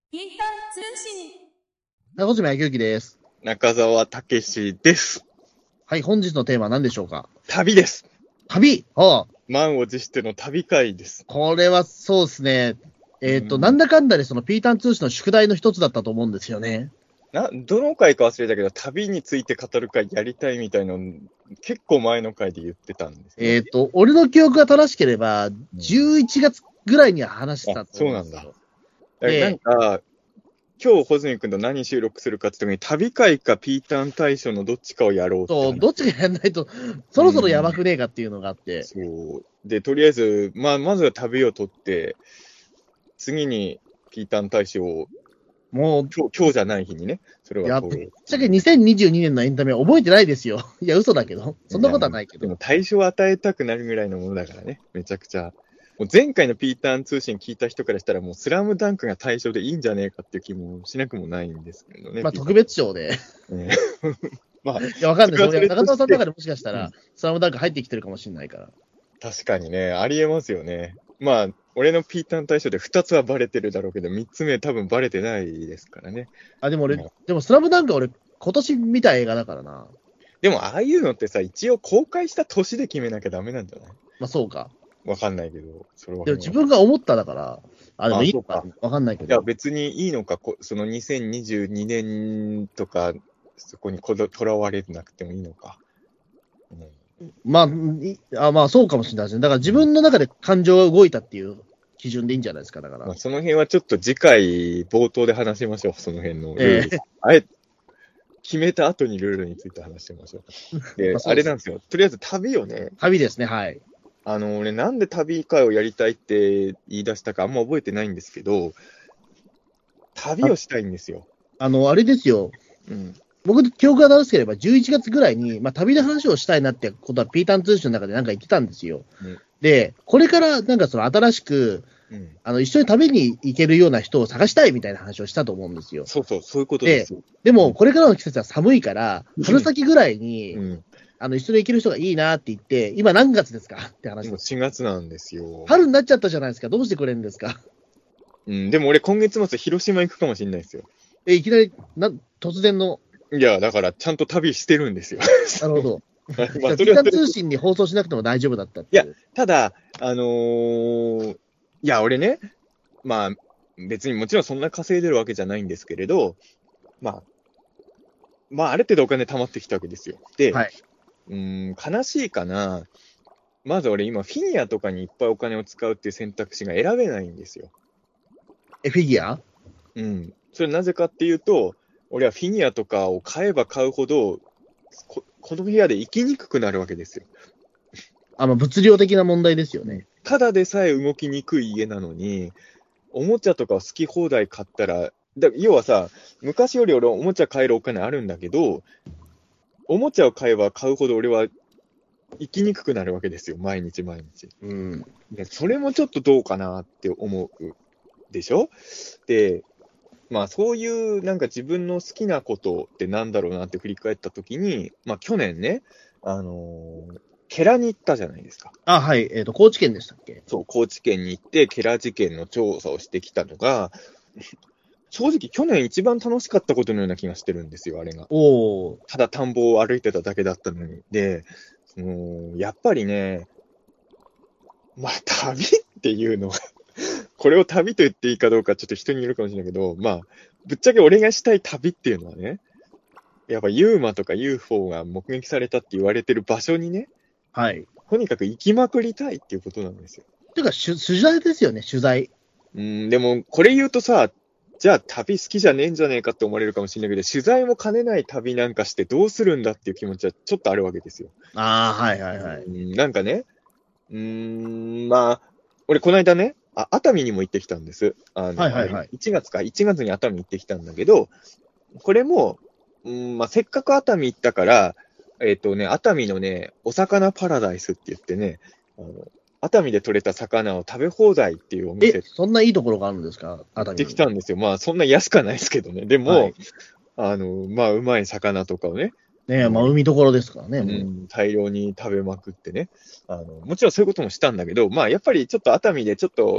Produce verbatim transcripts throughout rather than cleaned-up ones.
ピータン通信。 中島明之です。 中澤武史です。 はい、本日のテーマは何でしょうか？ 旅です。 旅ああ満を持しての旅会です。 これはそうですね。えっ、と、 うんなんだかんだでそのピータン通信の宿題の一つだったと思うんですよね。 な、どの回か忘れたけど、旅について語る会やりたいみたいの、結構前の回で言ってたんですね。 えっ、と、俺の記憶が正しければ、じゅういちがつぐらいには話してたあ、 とそうなんだ。 思うんですよ。 だからなんで、 か、今日、穂積君と何収録するかって時に、旅会かピータン大賞のどっちかをやろうってそう、 話。 どっちがやんないと、そろそろやばくねえかっていうのがあって。 そう。で、とりあえず、まあ、まずは旅を取って、次にピータン大賞を、 もう、 今日、今日じゃない日にね、それいや、 は取ろう。 ぶっちゃけにせんにじゅうにねんのエンタメ覚えてないですよ。いや、嘘だけど。そんなことはないけど。 でも対象を与えたくなるぐらいのものだからね、めちゃくちゃ。もう前回のピーターン通信聞いた人からしたら、もうスラムダンクが対象でいいんじゃねえかっていう気もしなくもないんですけどね。 まあ、特別賞で。 ねまあ、 いや、わかんないです。俺それはそれとして中田さんの中でもしかしたら、 うんスラムダンク入ってきてるかもしれないから。 確かにね、ありえますよね。まあ、俺のピーターン対象でふたつはバレてるだろうけど、みっつめ多分バレてないですからね。 あ、でも俺、 まあでもスラムダンクは俺、今年見た映画だからな。 でも、ああいうのってさ、一応公開した年で決めなきゃダメなんじゃない？ まあそうか。 わかんないけど、それは。 でも自分が思っただから、あ、でもいいのかあそうかわかんないけいや、 ど。 別にいいのか、こそのにせんにじゅうにねんとか、そこにこだとらわれなくてもいいのか。うんまあ、いあまあそうかもしれないですね。だから自分の中で感情が動いたっていう基準でいいんじゃないですか、だから。 まあ、その辺はちょっと次回冒頭で話しましょう、その辺のルール。 ええあえ決めた後にルールについて話してみましょう。で、 まあそうですあれなんですよ。とりあえず旅をね、 旅ですね、はい。 あの、俺なんで旅会をやりたいって言い出したかあんま覚えてないんですけど、旅をしたいんですよ。 あの、あれですよ。 うん。 僕、記憶が正しければ、じゅういちがつぐらいに、まあ、旅の話をしたいなってことは、ピーターン通信の中でなんか言ってたんですよ。 うんで、これからなんかその新しく、 うん。 あの、一緒に旅に行けるような人を探したいみたいな話をしたと思うんですよ。 そうそう、そういうことですよ。 でも、これからの季節は寒いから、春先ぐらいに、 うん。 あの、一緒に行ける人がいいなって言って、今何月ですかって話もうです。 しがつなんですよ。 春になっちゃったじゃないですか。どうしてくれるんですか？ うん、でも俺今月末広島行くかもしれないですよ。 え、いきなり、な、突然の、 いや、だからちゃんと旅してるんですよ。 なるほど。 まあ、 じゃあそれはそれピーターン通信に放送しなくても大丈夫だったっていう。 ただ、あのーいや、俺ね、まあ、別にもちろんそんな稼いでるわけじゃないんですけれど、まあ、まあ、ある程度お金貯まってきたわけですよ。で、 はい。 うーん、悲しいかな。まず俺今、フィギュアとかにいっぱいお金を使うっていう選択肢が選べないんですよ。 え、フィギュアうん。それなぜかっていうと、俺はフィギュアとかを買えば買うほど、こ、この部屋で生きにくくなるわけですよ。 あの、物量的な問題ですよね。 ただでさえ動きにくい家なのに、おもちゃとかを好き放題買ったら、だ要はさ、昔より俺おもちゃ買えるお金あるんだけど、おもちゃを買えば買うほど俺は生きにくくなるわけですよ、毎日毎日。 うん。 でそれもちょっとどうかなって思うでしょ？で、まあそういうなんか自分の好きなことってなんだろうなって振り返ったときに、まあ去年ね、あのー、ケラに行ったじゃないですか。 あ、はい。えっ、と、高知県でしたっけ？ そう、高知県に行って、ケラ事件の調査をしてきたのが、正直去年一番楽しかったことのような気がしてるんですよ、あれが。 おー。 ただ田んぼを歩いてただけだったのに。で、そのやっぱりね、まあ旅っていうのは、これを旅と言っていいかどうかちょっと人によるかもしれないけど、まあ、ぶっちゃけ俺がしたい旅っていうのはね、やっぱユーマとか ユーフォー が目撃されたって言われてる場所にね、 はい。 とにかく行きまくりたいっていうことなんですよ。 ていうか、取取材ですよね、取材。 うん、でもこれ言うとさ、じゃあ旅好きじゃねえんじゃねえかって思われるかもしれないけど、取材も兼ねない旅なんかしてどうするんだっていう気持ちはちょっとあるわけですよ。 ああ、はいはいはい。 うんなんかね、うーん、まあ、俺この間ね、あ熱海にも行ってきたんです。あの、 はいはいはいあれいちがつか、いちがつに熱海行ってきたんだけど、これも、うんまあ、せっかく熱海行ったから、えっとね、熱海のね、お魚パラダイスって言ってね、あの熱海で採れた魚を食べ放題っていうお店え、そんないいところがあるんですか？熱行って海に。 きたんですよ。まあ、そんな安くはないですけどね。でも、 はい。 あの、まあ、うまい魚とかをね、 ねえ、まあ、 もう海どころですからね、 うもう。 ん、大量に食べまくってね。あの、もちろんそういうこともしたんだけど、まあ、やっぱりちょっと熱海でちょっと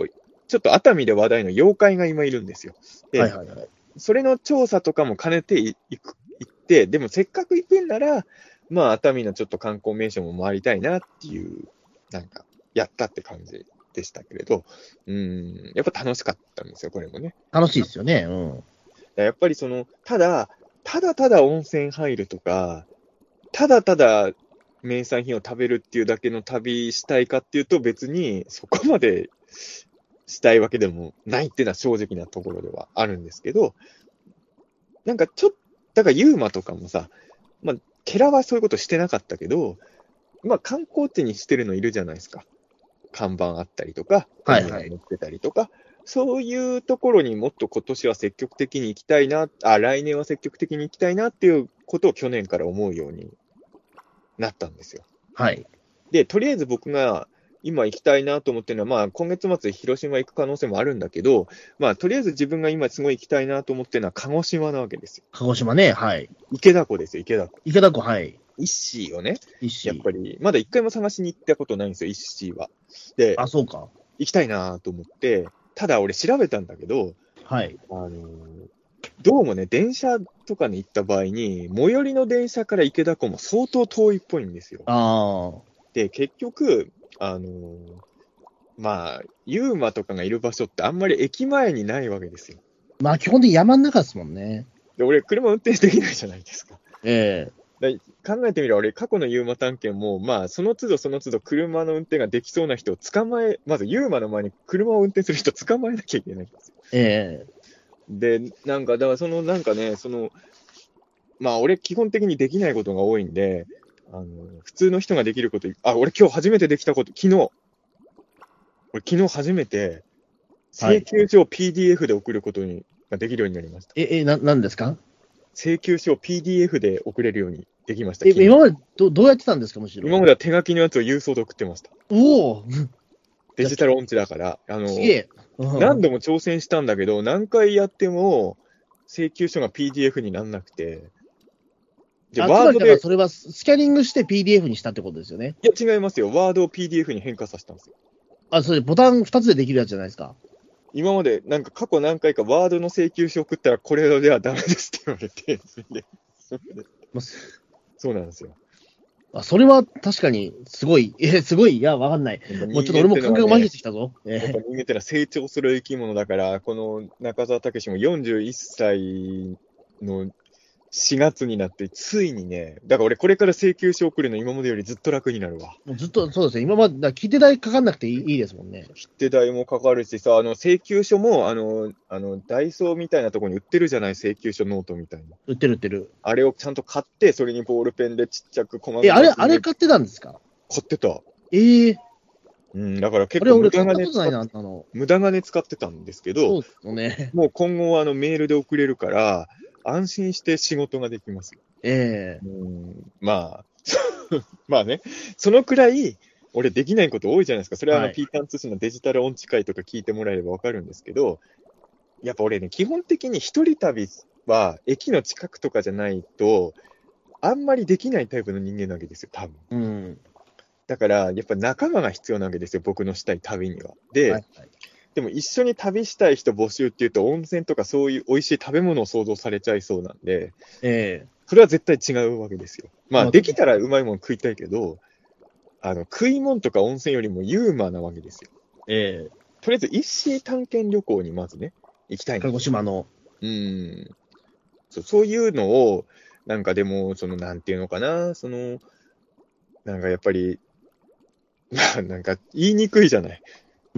ちょっと熱海で話題の妖怪が今いるんですよ。で、 はいはいはい。 それの調査とかも兼ねていいく行って、でもせっかく行くんなら、まあ、熱海のちょっと観光名所も回りたいなっていう、なんか、やったって感じでしたけれど、うん、やっぱ楽しかったんですよ、これもね。 楽しいですよね。うん。 やっぱりその、ただ、ただただ温泉入るとか、ただただ名産品を食べるっていうだけの旅したいかっていうと、別にそこまでしたいわけでもないっていうのは正直なところではあるんですけど、なんかちょっと、だからユーマとかもさ、まあ、ケラはそういうことしてなかったけど、まあ観光地にしてるのいるじゃないですか。看板あったりとか、 はいはい持ってたりとか、そういうところにもっと今年は積極的に行きたいな、あ、来年は積極的に行きたいなっていうことを去年から思うようになったんですよ。 はい。 で、とりあえず僕が今行きたいなと思ってるのは、まあ今月末広島行く可能性もあるんだけど、まあとりあえず自分が今すごい行きたいなと思ってるのは鹿児島なわけですよ。 鹿児島ね、はい。 池田湖ですよ、池田湖。 池田湖、はい。 イッシーをね、 石。 やっぱり、まだ一回も探しに行ったことないんですよ、イッシーは。で、 あ、そうか。 行きたいなと思って、ただ俺調べたんだけど、 はい。 あのーどうもね、電車とかに行った場合に、最寄りの電車から池田湖も相当遠いっぽいんですよ。 ああ。 で、結局、あのーまあ、ユーマとかがいる場所ってあんまり駅前にないわけですよ。 まあ、基本的に山の中ですもんね。 で、俺、車運転できないじゃないですか。 えで考えてみれば、俺、過去のユーマ探検も、まあ、その都度その都度車の運転ができそうな人を捕まえ、まずユーマの前に車を運転する人を捕まえなきゃいけないんですよ。 ええで、なんか、だからその、なんかね、その、まあ、俺、基本的にできないことが多いんで、あの、普通の人ができること、あ、俺今日初めてできたこと、昨日、俺昨日初めて、請求書を ピーディーエフ で送ることに、ができるようになりました。 え、え、な、なんですか？ 請求書を ピーディーエフ で送れるようにできました。 え、 昨日今までど、どうやってたんですか、むしろ。 今までは手書きのやつを郵送で送ってました。 おおデジタル音痴だから、あの、 すげえ。うん何度も挑戦したんだけど、何回やっても請求書が ピーディーエフ にならなくて、で、 あ、つまりだからワードで、 それはスキャニングして ピーディーエフ にしたってことですよね。 いや違いますよ。ワードを ピーディーエフ に変化させたんですよ。 あ、それボタンふたつでできるやつじゃないですか。 今まで、なんか過去何回かワードの請求書送ったら、これではダメですって言われて、それでまあすそうなんですよ。 あ、それは確かにすごい。え、すごい。いや、わかんない。もうちょっと俺も感覚麻痺してきたぞ。 やっぱえ人間ってのは成長する生き物だから、この中澤武史もよんじゅういっさいのしがつになって、ついにね、だから俺これから請求書送るの今までよりずっと楽になるわ。 もうずっと、そうですね。今まで、だ切手代かかんなくていい、いいですもんね。 切手代もかかるしさ、あの請求書も、あの、あの、ダイソーみたいなところに売ってるじゃない、請求書ノートみたいな。 売ってる売ってる。 あれをちゃんと買って、それにボールペンでちっちゃく細かく。 え、あれ、あれ買ってたんですか？ 買ってた。 ええうん、だから結あれ、 構無俺買駄金使っったことないな、あの、 無駄金使ってたんですけど、 そうですよね。 もう今後はあのメールで送れるから、安心して仕事ができますよ。 ええうんまあ、まあね、そのくらい、俺できないこと多いじゃないですか。それはあの、 はいピータン通信のデジタル音痴会とか聞いてもらえればわかるんですけど、やっぱ俺ね、基本的に一人旅は駅の近くとかじゃないと、あんまりできないタイプの人間なわけですよ、多分。 うん。 だから、やっぱ仲間が必要なわけですよ、僕のしたい旅には。で、 はいはい。 でも一緒に旅したい人募集っていうと、温泉とかそういう美味しい食べ物を想像されちゃいそうなんで、 ええそれは絶対違うわけですよ。まあ、 まあできたらうまいもの食いたいけど、あの、食い物とか温泉よりもユーマーなわけですよ。 ええとりあえず、一周探検旅行にまずね、行きたいんで鹿すよ。 児島の。 うーん。そう、そういうのを、なんかでも、その、なんていうのかな、その、なんかやっぱり、まあ、なんか言いにくいじゃない。 うん、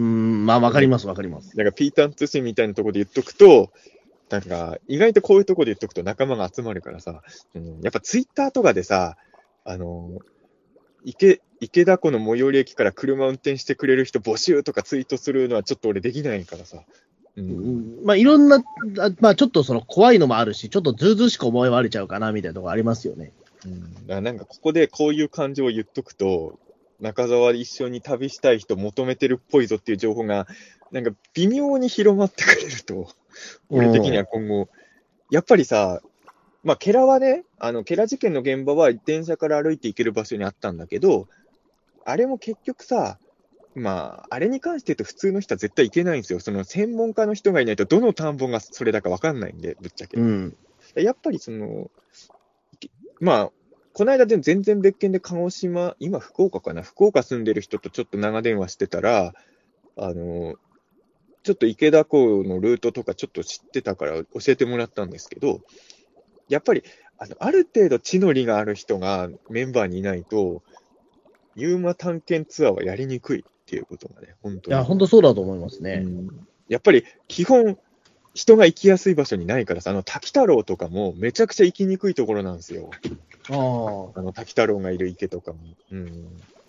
まあ、わかります、わかります。 なんかピータン通信みたいなところで言っとくと、なんか、意外とこういうところで言っとくと仲間が集まるからさ、うん、やっぱツイッターとかでさ、あの、池、池田湖の最寄り駅から車運転してくれる人募集とかツイートするのはちょっと俺できないからさ。ううんん、まあ、いろんな、あまあ、ちょっとその怖いのもあるし、ちょっとずうずうしく思われちゃうかな、みたいなところありますよね。 うん、だからなんかここでこういう感情を言っとくと、中澤一緒に旅したい人求めてるっぽいぞっていう情報が、なんか微妙に広まってくれると、俺的には今後、やっぱりさ、まあ、ケラはね、あの、ケラ事件の現場は電車から歩いて行ける場所にあったんだけど、あれも結局さ、 まあ、あれに関して言うと普通の人は絶対行けないんですよ。その専門家の人がいないと、どの田んぼがそれだか分かんないんで、ぶっちゃけ。 うん。 やっぱりその、まあ、この間でも全然別件で鹿児島、今福岡かな、福岡住んでる人とちょっと長電話してたら、あの、ちょっと池田港のルートとかちょっと知ってたから教えてもらったんですけど、やっぱり、あの、ある程度地の利がある人がメンバーにいないと、ユーマ探検ツアーはやりにくいっていうことがね、本当に。 いや、本当そうだと思いますうね。 ん、やっぱり基本、人が行きやすい場所にないからさ、あの滝太郎とかもめちゃくちゃ行きにくいところなんですよ。 ああ。 あの滝太郎がいる池とかも。うん、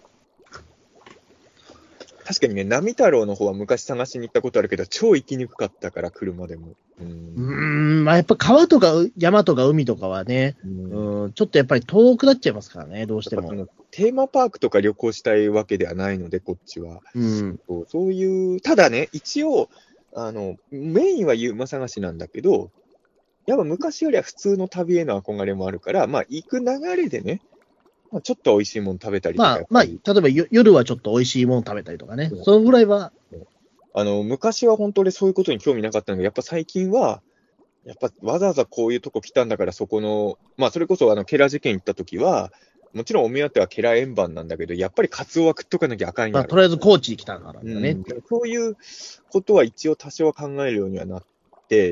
確かにね、波太郎の方は昔探しに行ったことあるけど、超行きにくかったから、車でも。うん、 うーん、まあやっぱ川とかう山とか海とかはね、 うんうん、ちょっとやっぱり遠くなっちゃいますからね、どうしても。 やっぱそのテーマパークとか旅行したいわけではないので、こっちは。 うん。 そうそういう、ただね、一応、あの、メインはユーマ探しなんだけど、やっぱ昔よりは普通の旅への憧れもあるから、まあ、行く流れでね、まあ、ちょっと美味しいもの食べたりとか、 まあ、まあ、 やっぱり例えばよ夜はちょっと美味しいもの食べたりとかね、そのぐらいは、 あの、昔は本当にそういうことに興味なかったんだけど、やっぱ最近は、やっぱわざわざこういうとこ来たんだから、そこの、まあ、それこそあの、ケラ事件行った時は、もちろんお目当てはケラ円盤なんだけど、やっぱりカツオは食っとかなきゃあかんまあ、 やろ。 とりあえず高知に来たからだね。 うん、そういうことは一応多少は考えるようにはなって、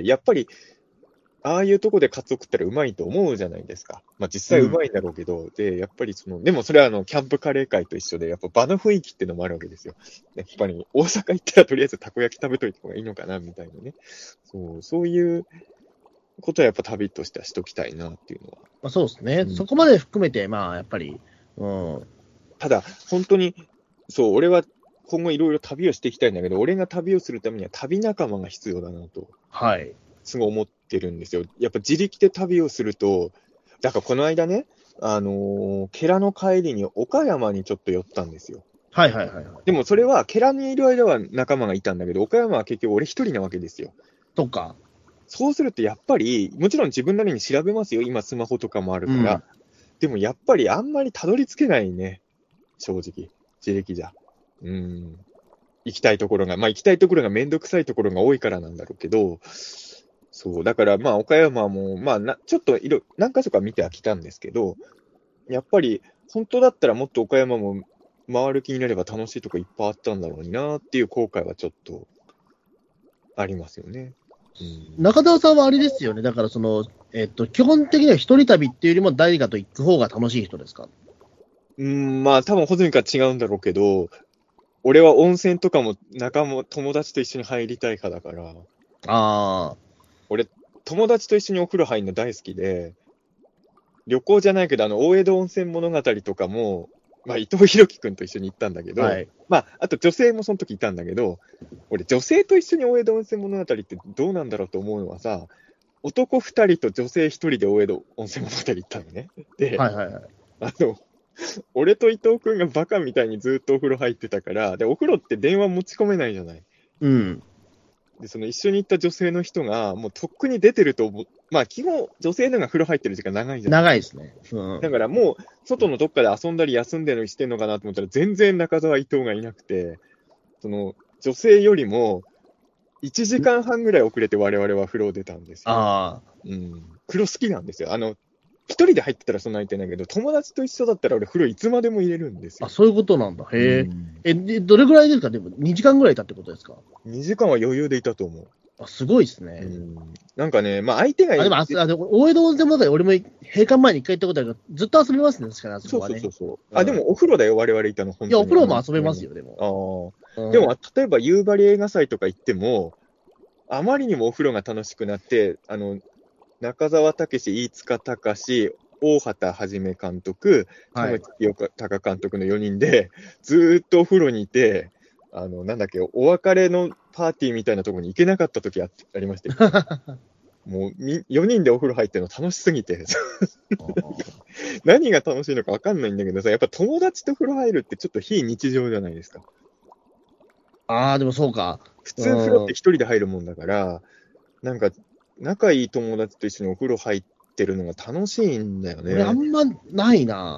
やっぱり、ああいうとこでカツオ食ったらうまいと思うじゃないですか。まあ実際うまいんだろうけど、で、やっぱりその、でもそれはあの、キャンプカレー会と一緒で、やっぱ場の雰囲気っていうのもあるわけですよ。やっぱり大阪行ったらとりあえずたこ焼き食べといた方がいいのかな、みたいなね。そう、そういうことはやっぱ旅としてはしときたいなっていうのは。 まあ、そうですね、 うんそこまで含めて、まあ、やっぱり、うん、 ただ、本当に、そう、俺は今後いろいろ旅をしていきたいんだけど、俺が旅をするためには旅仲間が必要だなと。 はい。 すごい思ってるんですよ。やっぱ自力で旅をすると、だからこの間ね、あのー、ケラの帰りに岡山にちょっと寄ったんですよ。 はいはいはいはい。 でもそれは、ケラにいる間は仲間がいたんだけど、岡山は結局俺一人なわけですよ。 とか。 そうするとやっぱり、もちろん自分なりに調べますよ。今スマホとかもあるから。 うんでもやっぱりあんまりたどり着けないね。正直。自力じゃ。うん。行きたいところが、まあ行きたいところがめんどくさいところが多いからなんだろうけど、そう、だからまあ岡山も、まあな、ちょっといろ、何か所か見てはきたんですけど、やっぱり本当だったらもっと岡山も回る気になれば楽しいとこいっぱいあったんだろうになっていう後悔はちょっとありますよね。うん、 中澤さんはあれですよね、だからその、えっと、基本的には一人旅っていうよりも誰かと行く方が楽しい人ですか？ うん、まあ多分穂積か違うんだろうけど、俺は温泉とかも仲間、友達と一緒に入りたい派だから、 ああ、 俺、友達と一緒にお風呂入るの大好きで、旅行じゃないけど、あの、大江戸温泉物語とかも、まあ、伊藤博樹くんと一緒に行ったんだけど、 はい。 まあ、あと女性もその時いたんだけど、俺、女性と一緒に大江戸温泉物語ってどうなんだろうと思うのはさ、男二人と女性一人で大江戸温泉物語行ったのね。で、 はいはいはい。 あの、俺と伊藤くんがバカみたいにずっとお風呂入ってたから、で、お風呂って電話持ち込めないじゃない。 うん。 で、その一緒に行った女性の人が、もうとっくに出てると思う。まあ、基本、女性の方が風呂入ってる時間長いじゃん。 長いですね。うん。 だからもう、外のどっかで遊んだり休んでるのしてんのかなと思ったら、全然中澤伊藤がいなくて、その、女性よりも、いちじかんはんぐらい遅れて我々は風呂を出たんですよ。 ああ。 うん。風呂好きなんですよ。あの、一人で入ってたらそんな相手ないけど、友達と一緒だったら俺風呂いつまでも入れるんですよ。 あ、そういうことなんだ。へえ。 うんえ、でどれぐらいですか？でもにじかんぐらいいたってことですか？ にじかんは余裕でいたと思う。 あ、すごいですね。 うん。なんかね、まあ相手があ、でも、あ、あでも大江戸温泉物語、俺も閉館前に一回行ったことあるけど、ずっと遊べますね、確かに、あそこはね。 そうそうそうそう。あ、でもお風呂だよ、我々いたの、本いや、 当に。 お風呂も遊べますよ、でも。 ああ。 うんでも、例えば夕張映画祭とか行っても、あまりにもお風呂が楽しくなって、あの、中澤武史、飯塚隆、大畑はじめ監督、田はい。 口清隆監督のよにんで、ずーっとお風呂にいて、あの、なんだっけ、お別れのパーティーみたいなところに行けなかった時あありましたよ。もうみ、よにんでお風呂入ってるの楽しすぎて、何が楽しいのか分かんないんだけどさ、やっぱ友達と風呂入るってちょっと非日常じゃないですか。 ああ、でもそうか。 普通風呂って一人で入るもんだから、なんか、仲いい友達と一緒にお風呂入ってるのが楽しいんだよ俺、あね。 んまないな。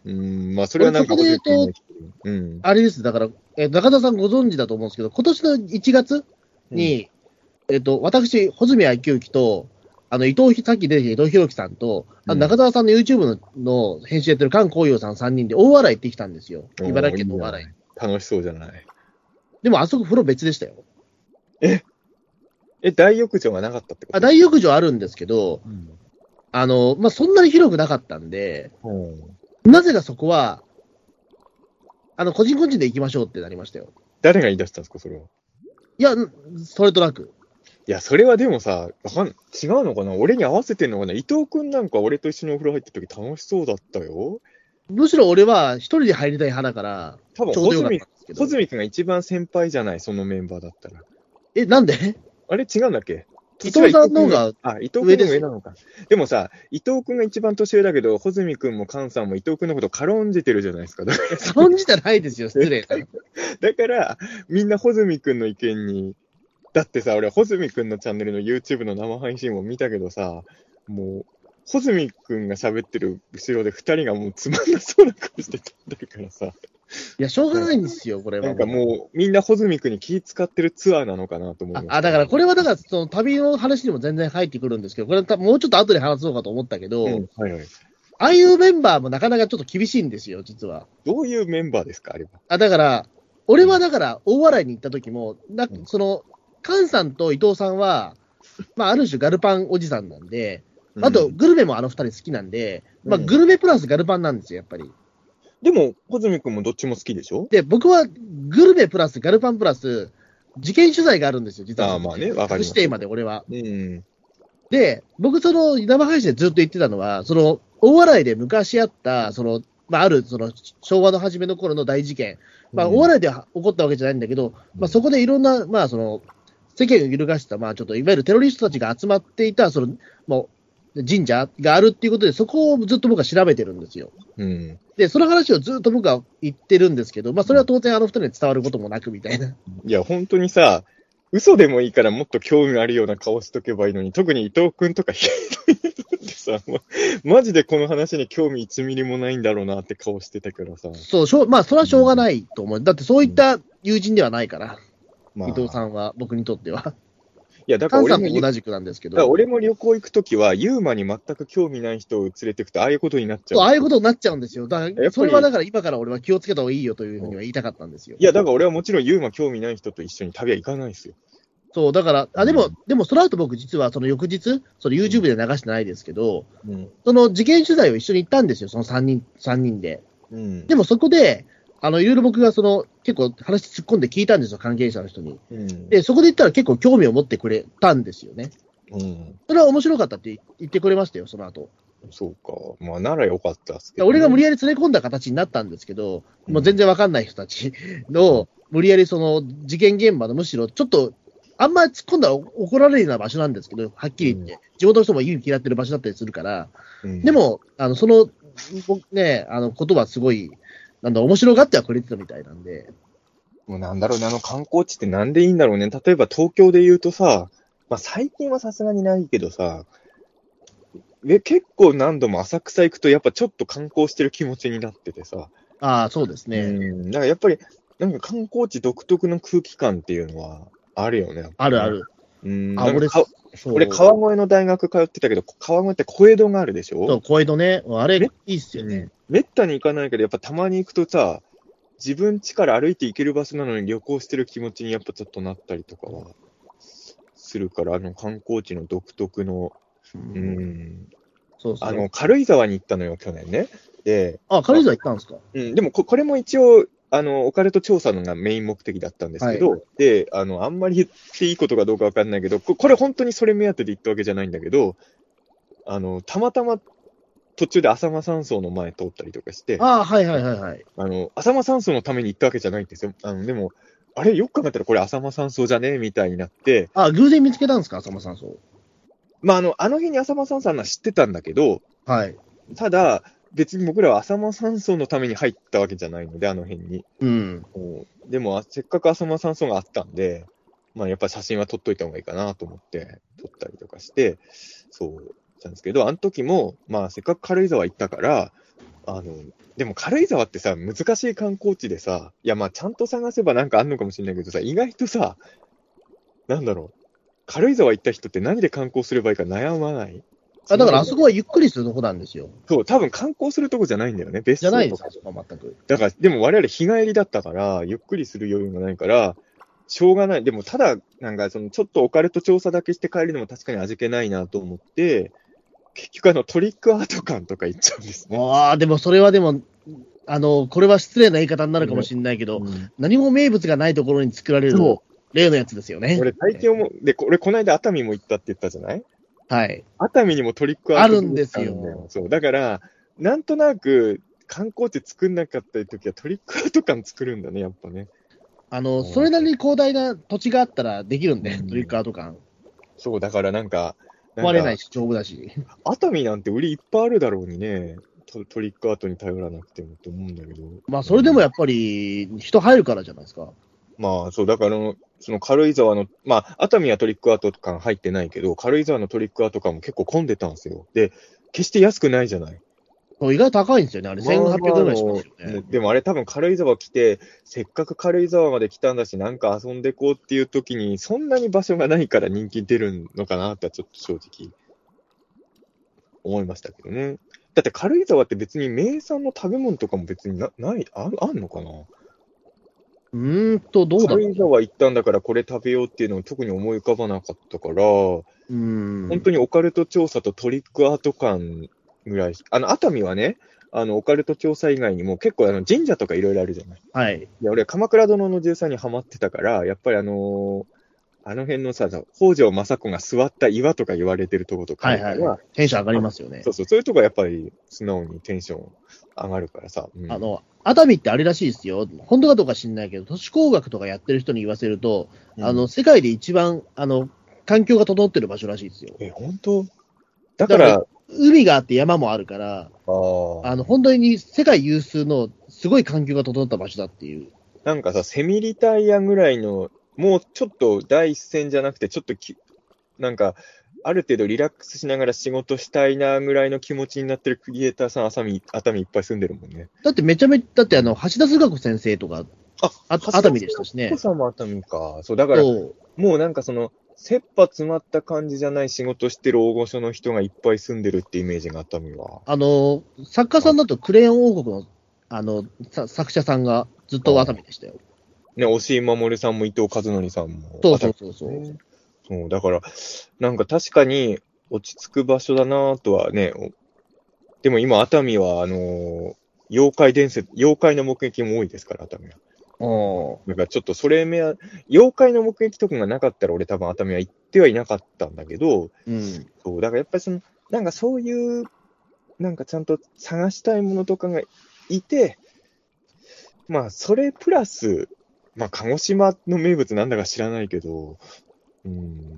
うん、まあ、それはなんか、 俺そこで言うとうん。 あれです。だから、えー中田さんご存知だと思うんですけど、今年のいちがつに、えっ、と、私、穂積昭之と、あの、伊藤ひ、さっき出てきた伊藤博樹さんと、あのうん中澤さんの YouTube のの編集やってる菅光陽さんさんにんで大洗行ってきたんですよ。 おー茨城県の大洗。 いいじゃない楽しそうじゃない。 でも、あそこ風呂別でしたよ。 え、え、大浴場がなかったってこあ、 と？ 大浴場あるんですけど、 うん。 あの、まあ、そんなに広くなかったんで、 うんなぜかそこは、あの、個人個人で行きましょうってなりましたよ。 誰が言い出したんですか、それは。 いや、それとなく。 いや、それはでもさ、わかん、違うのかな俺に合わせてんのかな伊藤くんなんか俺と一緒にお風呂入った時楽しそうだったよ。 むしろ俺は一人で入りたい派だから、 多分、 ちょうどよかったんですけど。 穂積くんが一番先輩じゃない、そのメンバーだったら。 え、なんであれ違うんだっけ？ 伊藤さんの方があ、伊藤君の上なのか。でもさ、伊藤君が一番年上だけど、穂積君も菅さんも伊藤君のこと軽んじてるじゃないですか。だからそんじゃないですよ、失礼な。 だからみんな穂積君の意見に、だってさ、俺、穂積君のチャンネルの YouTube の生配信も見たけどさ、もう、穂積君が喋ってる後ろで二人がもうつまんなそうな顔して撮ってるからさ。 いや、しょうがないんですよ、これは。 なんかもう、みんな穂積君に気使ってるツアーなのかなと思いました。 あ、だからこれはだから、その旅の話にも全然入ってくるんですけど、これはもうちょっと後で話そうかと思ったけど、 うん、はいはい。 ああいうメンバーもなかなかちょっと厳しいんですよ、実は。 どういうメンバーですか、あれは。 あ、だから、俺はだから、大洗に行った時も、なその、菅さんと伊藤さんは、まあ、ある種ガルパンおじさんなんで、あと、グルメもあの二人好きなんで、まあ、グルメプラスガルパンなんですよ、やっぱり。 でも、穂積君もどっちも好きでしょ？ で、僕はグルメプラスガルパンプラス、事件取材があるんですよ、実は。 ああ、まあね、わかります。 指定まで俺は。 うん。 で、僕、その、生配信でずっと言ってたのは、その、大洗で昔あった、その、まあ、ある、その、昭和の初めの頃の大事件。まあ、大洗で起こったわけじゃないんだけど、まあ、そこでいろんな、まあ、その、世間を揺るがした、まあ、ちょっと、いわゆるテロリストたちが集まっていた、その、もう、神社があるっていうことで、そこをずっと僕は調べてるんですよ。 うん。 で、その話をずっと僕は言ってるんですけど、まあ、それは当然あの二人に伝わることもなくみたいな。 いや、本当にさ、嘘でもいいからもっと興味あるような顔しとけばいいのに、特に伊藤君とかひどいってさ、もうマジでこの話に興味いちミリもないんだろうなって顔してたからさ。 そう、しょうまあ、それはしょうがないと思う。だってそういった友人ではないから、 まあ、 伊藤さんは、僕にとっては。 いや、だから菅さ俺もんも同じくなんですけど、 だから俺も旅行行くときは、ユーマに全く興味ない人を連れてくと、ああいうことになっちゃう。 そうああいうことになっちゃうんですよ。だから、 やっぱりそれはだから今から俺は気をつけた方がいいよというふうには言いたかったんですよ。 いや、だから俺はもちろんユーマ興味ない人と一緒に旅は行かないですよ。 そう、だから、あ、でも、 うんでもその後僕実はその翌日、その YouTube で流してないですけど、 うん。 その事件取材を一緒に行ったんですよ、そのさんにん、三人で。 うん。 でもそこで、あの、いろいろ僕がその、結構話突っ込んで聞いたんですよ、関係者の人に。 うん。 で、そこで言ったら結構興味を持ってくれたんですよね。 うん。 それは面白かったって言ってくれましたよ、その後。 そうか。まあ、ならよかったっすけどね、 俺が無理やり連れ込んだ形になったんですけど、もう全然わかんない人たちの、無理やりその事件現場のむしろちょっと、あんまり突っ込んだら怒られるような場所なんですけど、はっきり言って、地元の人も意味嫌ってる場所だったりするから、 うんでも、あの、その、ね、あの、ことはすごい、なんだ、面白がってはくれてたみたいなんで。 もうなんだろうね、あの観光地ってなんでいいんだろうね。例えば東京で言うとさ、まあ最近はさすがにないけどさ、え結構何度も浅草行くとやっぱちょっと観光してる気持ちになっててさ。 ああ、そうですね。 うん。だからやっぱり、なんか観光地独特の空気感っていうのはあるよね。 あるある。 うん。 あ、俺、 かそう俺、川越の大学通ってたけど、川越って小江戸があるでしょ？ そう、小江戸ね。あれ、 めいいっすよね。 めったに行かないけど、やっぱたまに行くとさ、自分家から歩いて行ける場所なのに旅行してる気持ちにやっぱちょっとなったりとかはするから、あの観光地の独特の、 う。 うんん、 そうそう。 あの、軽井沢に行ったのよ、去年ね。で、 あ、軽井沢行ったんですか？ うん、でもこ、これも一応、あの、オカルト調査のがメイン目的だったんですけど、 はで、あの、あんまり言っていいことかどうかわかんないけど、ここれ本当にそれ目当てで行ったわけじゃないんだけど、あの、たまたま途中で浅間山荘の前通ったりとかして、 ああ、はいはいはいはい。 あの、浅間山荘のために行ったわけじゃないんですよ。あの、でも、あれ、よく考えたらこれ浅間山荘じゃねえみたいになって、 あ、偶然見つけたんですか、浅間山荘。 まあ、あの、あの日に浅間山荘は知ってたんだけど、 はい。 ただ、別に僕らは浅間山荘のために入ったわけじゃないので、あの辺に。 うん。 でも、あせっかく浅間山荘があったんで、まあ、やっぱ写真は撮っといた方がいいかなと思って、撮ったりとかして、そう、したんですけど、あの時も、まあ、せっかく軽井沢行ったから、 あの、でも軽井沢ってさ、難しい観光地でさ、いやまあちゃんと探せばなんかあんのかもしれないけどさ、意外とさ、なんだろう、軽井沢行った人って何で観光すればいいか悩まない。 あだからあそこはゆっくりするとこなんですよ。 そう、多分観光するとこじゃないんだよね、別じゃない荘とか。 ですか、そこは全く。 だから、でも我々日帰りだったから、ゆっくりする余裕がないから、しょうがない。でも、ただ、なんか、その、ちょっとオカルト調査だけして帰るのも確かに味気ないなと思って、結局、あの、トリックアート館とか行っちゃうんですね。 ああ、でもそれはでも、あの、これは失礼な言い方になるかもしれないけど、 うん何も名物がないところに作られるそ例のやつですよね。 俺、体験も、で、これ、この間熱海も行ったって言ったじゃない？ はい。 熱海にもトリックアートあるんですよ館あるんだよ。そう。だから、なんとなく、観光地作んなかった時はトリックアート館作るんだね、やっぱね。 あの、 うんそれなりに広大な土地があったらできるんで、 うんトリックアート館。 そう、だからなんか、なんか壊れないし、丈夫だし。 熱海なんて売りいっぱいあるだろうにね、トトリックアートに頼らなくてもと思うんだけど。 まあ、それでもやっぱり、人入るからじゃないですか。 まあ、そう、だから、その軽井沢の、まあ、熱海はトリックアート館入ってないけど、軽井沢のトリックアート館も結構混んでたんですよ。で、決して安くないじゃない。 そう意外と高いんですよね。あれ、せんはっぴゃくえんぐらいしますよね。 まあまあもうでもあれ多分軽井沢来て、せっかく軽井沢まで来たんだし、なんか遊んでこうっていう時に、そんなに場所がないから人気出るのかなってちょっと正直思いましたけどね。だって軽井沢って別に名産の食べ物とかも別になない、ああんのかな。 うーんと、どうだろう。 軽井沢行ったんだからこれ食べようっていうのを特に思い浮かばなかったから、 うーん。 本当にオカルト調査とトリックアート館ぐらいし、あの、熱海はね、あの、オカルト調査以外にも結構あの神社とかいろいろあるじゃない。 はい。 で、俺、鎌倉殿のじゅうさんにハマってたから、やっぱりあのーあの辺のさ、北条政子が座った岩とか言われてるとことかあるから、 はいはい。テンション上がりますよねそ。うそう、そういうとこはやっぱり素直にテンション上がるからさ。うん、 あの、熱海ってあれらしいですよ。本当かどうか知んないけど、都市工学とかやってる人に言わせると、 うんあの、世界で一番、あの、環境が整ってる場所らしいですよ。 え、本当だから、 だから海があって山もあるから、 あーあの、本当に世界有数のすごい環境が整った場所だっていう。 なんかさ、セミリタイヤぐらいの、もうちょっと第一線じゃなくて、ちょっとき、なんか、ある程度リラックスしながら仕事したいなぐらいの気持ちになってるクリエイターさん、熱海、熱海いっぱい住んでるもんね。 だってめちゃめちゃ、だってあの、橋田壽賀子先生とか、 あ、 あ熱海でしたしねお子。さんも熱海か。そう、だから、 そうもうなんかその、切羽詰まった感じじゃない仕事してる大御所の人がいっぱい住んでるってイメージが熱海は。 あの、作家さんだとクレヨン王国の、あの、さ作者さんがずっと熱海でしたよ。 ね、押井守さんも伊藤和則さんも。 そうそうそうそう。 ねそう、だから、なんか確かに落ち着く場所だなとはね、おでも今熱海は、あのー妖怪伝説、妖怪の目撃も多いですから、熱海は。 おだからちょっとそれめは、妖怪の目撃とかがなかったら俺多分熱海は行ってはいなかったんだけど、 うん。 そう、だからやっぱりその、なんかそういう、なんかちゃんと探したいものとかがいて、まあそれプラス、まあ鹿児島の名物なんだか知らないけど、うん、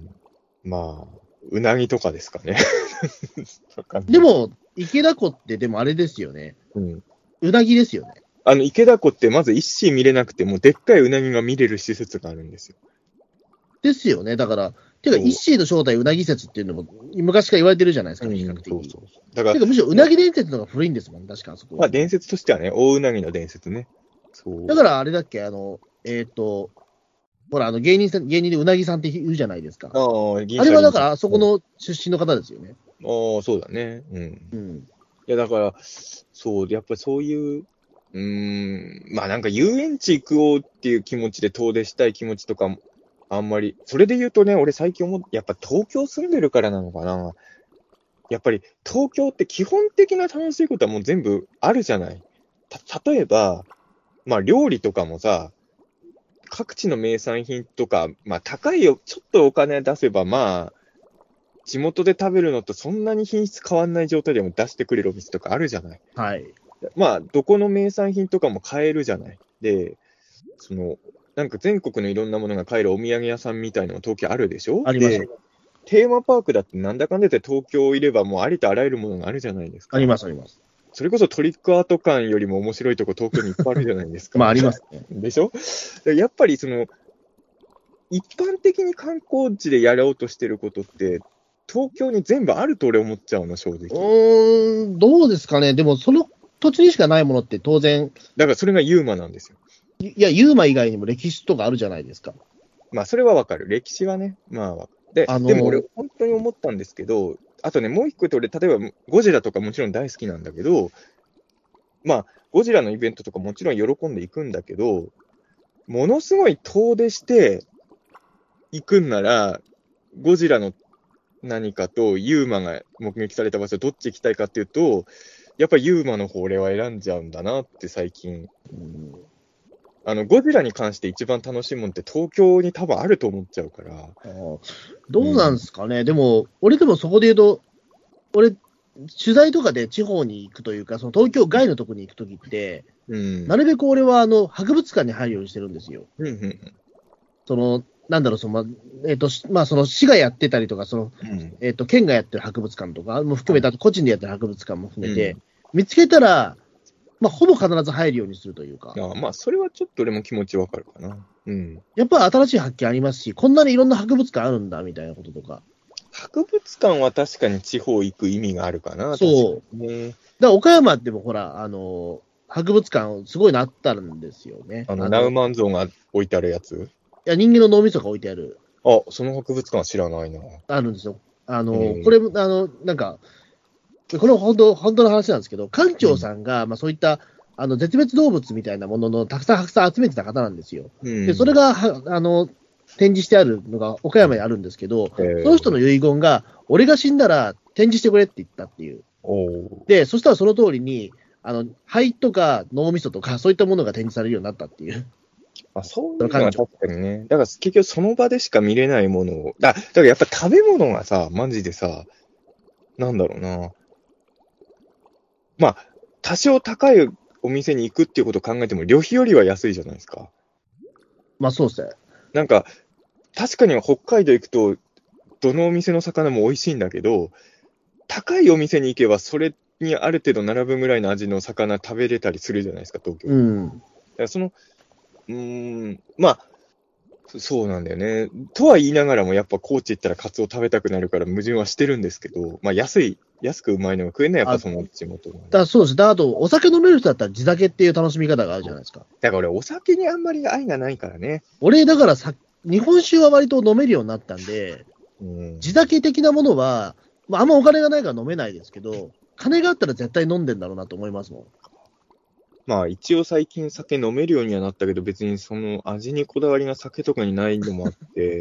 まあ、うなぎとかですかね。わかんないで、も、池田湖ってでもあれですよね。 うん、 うなぎですよね。 あの池田湖ってまず一シー見れなくても、でっかいうなぎが見れる施設があるんですよ。 ですよね。だから、てか、 そう一シーの正体うなぎ説っていうのも昔から言われてるじゃないですか、比較的。 そうそうだからてか、むしろうなぎ伝説の方が古いんですもん、確かあそこ。 まあ伝説としてはね、大うなぎの伝説ね。そうだからあれだっけ、あの、えっ、と、ほら、あの芸人さん、芸人でうなぎさんって言うじゃないですか。 ああ、銀あれはだから、あそこあの出身の方ですよね。 あ、そうだね。うん。 うん。 いや、だから、そう、やっぱりそういう、うーん、まあなんか遊園地行くおうっていう気持ちで遠出したい気持ちとかも、あんまり、それで言うとね、俺最近思っやっぱ東京住んでるからなのかな。やっぱり東京って基本的な楽しいことはもう全部あるじゃない。た、例えば、まあ料理とかもさ、各地の名産品とか、まあ高いよ、ちょっとお金出せばまあ、地元で食べるのとそんなに品質変わんない状態でも出してくれるお店とかあるじゃない。 はい。 まあ、どこの名産品とかも買えるじゃない。で、その、なんか全国のいろんなものが買えるお土産屋さんみたいなのが東京あるでしょ。 ありますで、テーマパークだってなんだかんだで東京いればもうありとあらゆるものがあるじゃないですか。 あります、あります。 それこそトリックアート館よりも面白いとこ東京にいっぱいあるじゃないですか。 まあ、ありますね。 でしょ。やっぱりその、一般的に観光地でやろうとしてることって、東京に全部あると俺思っちゃうの、正う直。 ーん、どうですかね。でも、その、 土地にしかないものって当然、 だからそれがユーマなんですよ。 いや、ユーマ以外にも歴史とかあるじゃないですか。 まあ、それはわかる。歴史はね。まあ、で、 あのーでも俺、本当に思ったんですけど、あとね、もう一個って俺、例えばゴジラとかもちろん大好きなんだけど、まあ、ゴジラのイベントとかもちろん喜んでいくんだけど、ものすごい遠出して行くんなら、ゴジラの何かとユーマが目撃された場所、どっち行きたいかっていうと、やっぱりユーマの方俺は選んじゃうんだなって最近。 うんあの、ゴジラに関して一番楽しいもんって東京に多分あると思っちゃうから。 あーどうなんですかね、でも、俺でもそこで言うと、俺、取材とかで地方に行くというか、その東京外のところに行くときって、 うん。 なるべく俺はあの博物館に入るようにしてるんですよ。 うんうんそのなんだろう、そのまえっ、と、まあ、その市がやってたりとか、そのうんえっ、と、県がやってる博物館とかも含めて、あと個人でやってる博物館も含めて、 うん見つけたら、まあ、ほぼ必ず入るようにするというか、 あまあ、それはちょっと俺も気持ちわかるかな。うん。 やっぱ新しい発見ありますし、こんなにいろんな博物館あるんだみたいなこととか。 博物館は確かに地方行く意味があるかな。 そう確かにね。 だから岡山でもほら、あの博物館、すごいのあったんですよね。 あの、 あナウマン像が置いてあるやつ。 いや人間の脳みそが置いてある、 あ、その博物館は知らないな。 あるんですよ。あの、 うんこれ、あの、なんか、これは本当、本当の話なんですけど、館長さんが、まあそういったあの絶滅動物みたいなもののたくさんたくさん集めてた方なんですよ。 うん。 で、それがはあの展示してあるのが岡山にあるんですけど、 えーその人の遺言が、俺が死んだら展示してくれって言ったっていう。 おーで、そしたらその通りに、あの肺とか脳みそとか、そういったものが展示されるようになったっていう。 あ、そういうのは確かにね。だから結局その場でしか見れないものを。だだからやっぱ食べ物がさ、マジでさ、なんだろうな。まあ、多少高いお店に行くっていうことを考えても、旅費よりは安いじゃないですか。 まあそうですね。 なんか、確かに北海道行くと、どのお店の魚も美味しいんだけど、高いお店に行けば、それにある程度並ぶぐらいの味の魚食べれたりするじゃないですか、東京。 うん。 だからその、うーん、まあ、そうなんだよね。とは言いながらも、やっぱ高知行ったらカツオ食べたくなるから矛盾はしてるんですけど、まあ安い、安くうまいのが食えないやっぱその地元の。 だからそうです。だあと、お酒飲める人だったら地酒っていう楽しみ方があるじゃないですか。 だから俺、お酒にあんまり愛がないからね。 俺、だからさ、日本酒は割と飲めるようになったんで、 うん。 地酒的なものは、まあ、あんまお金がないから飲めないですけど、金があったら絶対飲んでんだろうなと思いますもん。 まあ一応最近酒飲めるようにはなったけど、別にその味にこだわりが酒とかにないのもあって、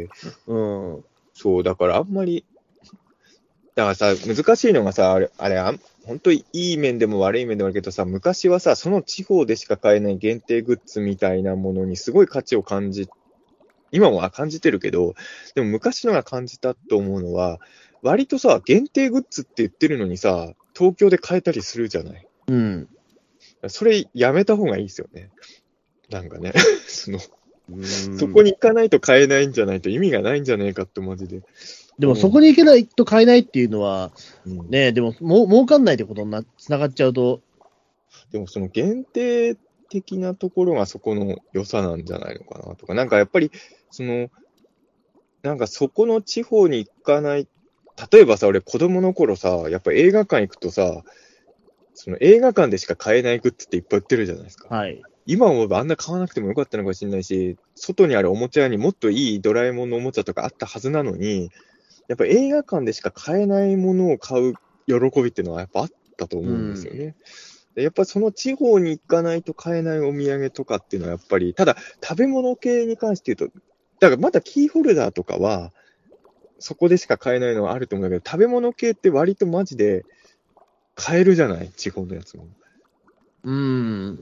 うん。 そう、だからあんまり、だからさ、難しいのがさ、あれ、あれ、あん本当にいい面でも悪い面でもあるけどさ、昔はさ、その地方でしか買えない限定グッズみたいなものにすごい価値を感じ、今も感じてるけど、でも昔のが感じたと思うのは、割とさ、限定グッズって言ってるのにさ、東京で買えたりするじゃない。 うん。 それやめた方がいいですよね。なんかね、その、 うんそこに行かないと買えないんじゃないと意味がないんじゃないかってマジで。 でもそこに行けないと買えないっていうのは、 うん、 ね、でももう儲かんないってことになつながっちゃうと、 でもその限定的なところがそこの良さなんじゃないのかなとか、なんかやっぱり、その、なんかそこの地方に行かない、例えばさ、俺子供の頃さ、やっぱ映画館行くとさ、その映画館でしか買えないグッズっていっぱい売ってるじゃないですか。 はい。 今思えばあんな買わなくてもよかったのかもしれないし、外にあるおもちゃ屋にもっといいドラえもんのおもちゃとかあったはずなのに、やっぱ映画館でしか買えないものを買う喜びっていうのはやっぱあったと思うんですよね。でやっぱその地方に行かないと買えないお土産とかっていうのはやっぱり、ただ食べ物系に関して言うと、だからまだキーホルダーとかは、そこでしか買えないのはあると思うんだけど、食べ物系って割とマジで買えるじゃない、地方のやつも。 うん。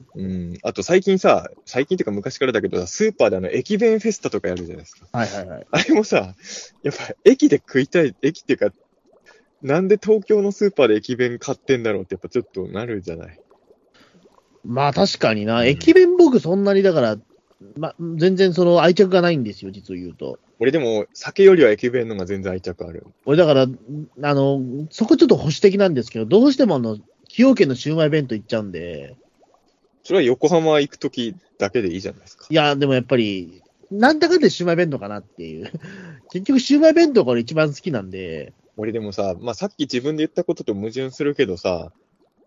うん。あと最近さ、最近っていうか昔からだけど、スーパーであの駅弁フェスタとかやるじゃないですか。 はいはいはい。 あれもさ、やっぱ駅で食いたい、駅っていうか、なんで東京のスーパーで駅弁買ってんだろうってやっぱちょっとなるじゃない。 まあ確かにな、 うん駅弁僕そんなにだから、ま、全然その愛着がないんですよ、実を言うと。 俺でも、酒よりは駅弁のが全然愛着ある。 俺だから、あの、そこちょっと保守的なんですけど、どうしてもあの、崎陽軒のシウマイ弁当行っちゃうんで、 それは横浜行くときだけでいいじゃないですか。 いや、でもやっぱり、なんだかんだシウマイ弁当かなっていう。結局シウマイ弁当が俺一番好きなんで、 俺でもさ、まあ、さっき自分で言ったことと矛盾するけどさ、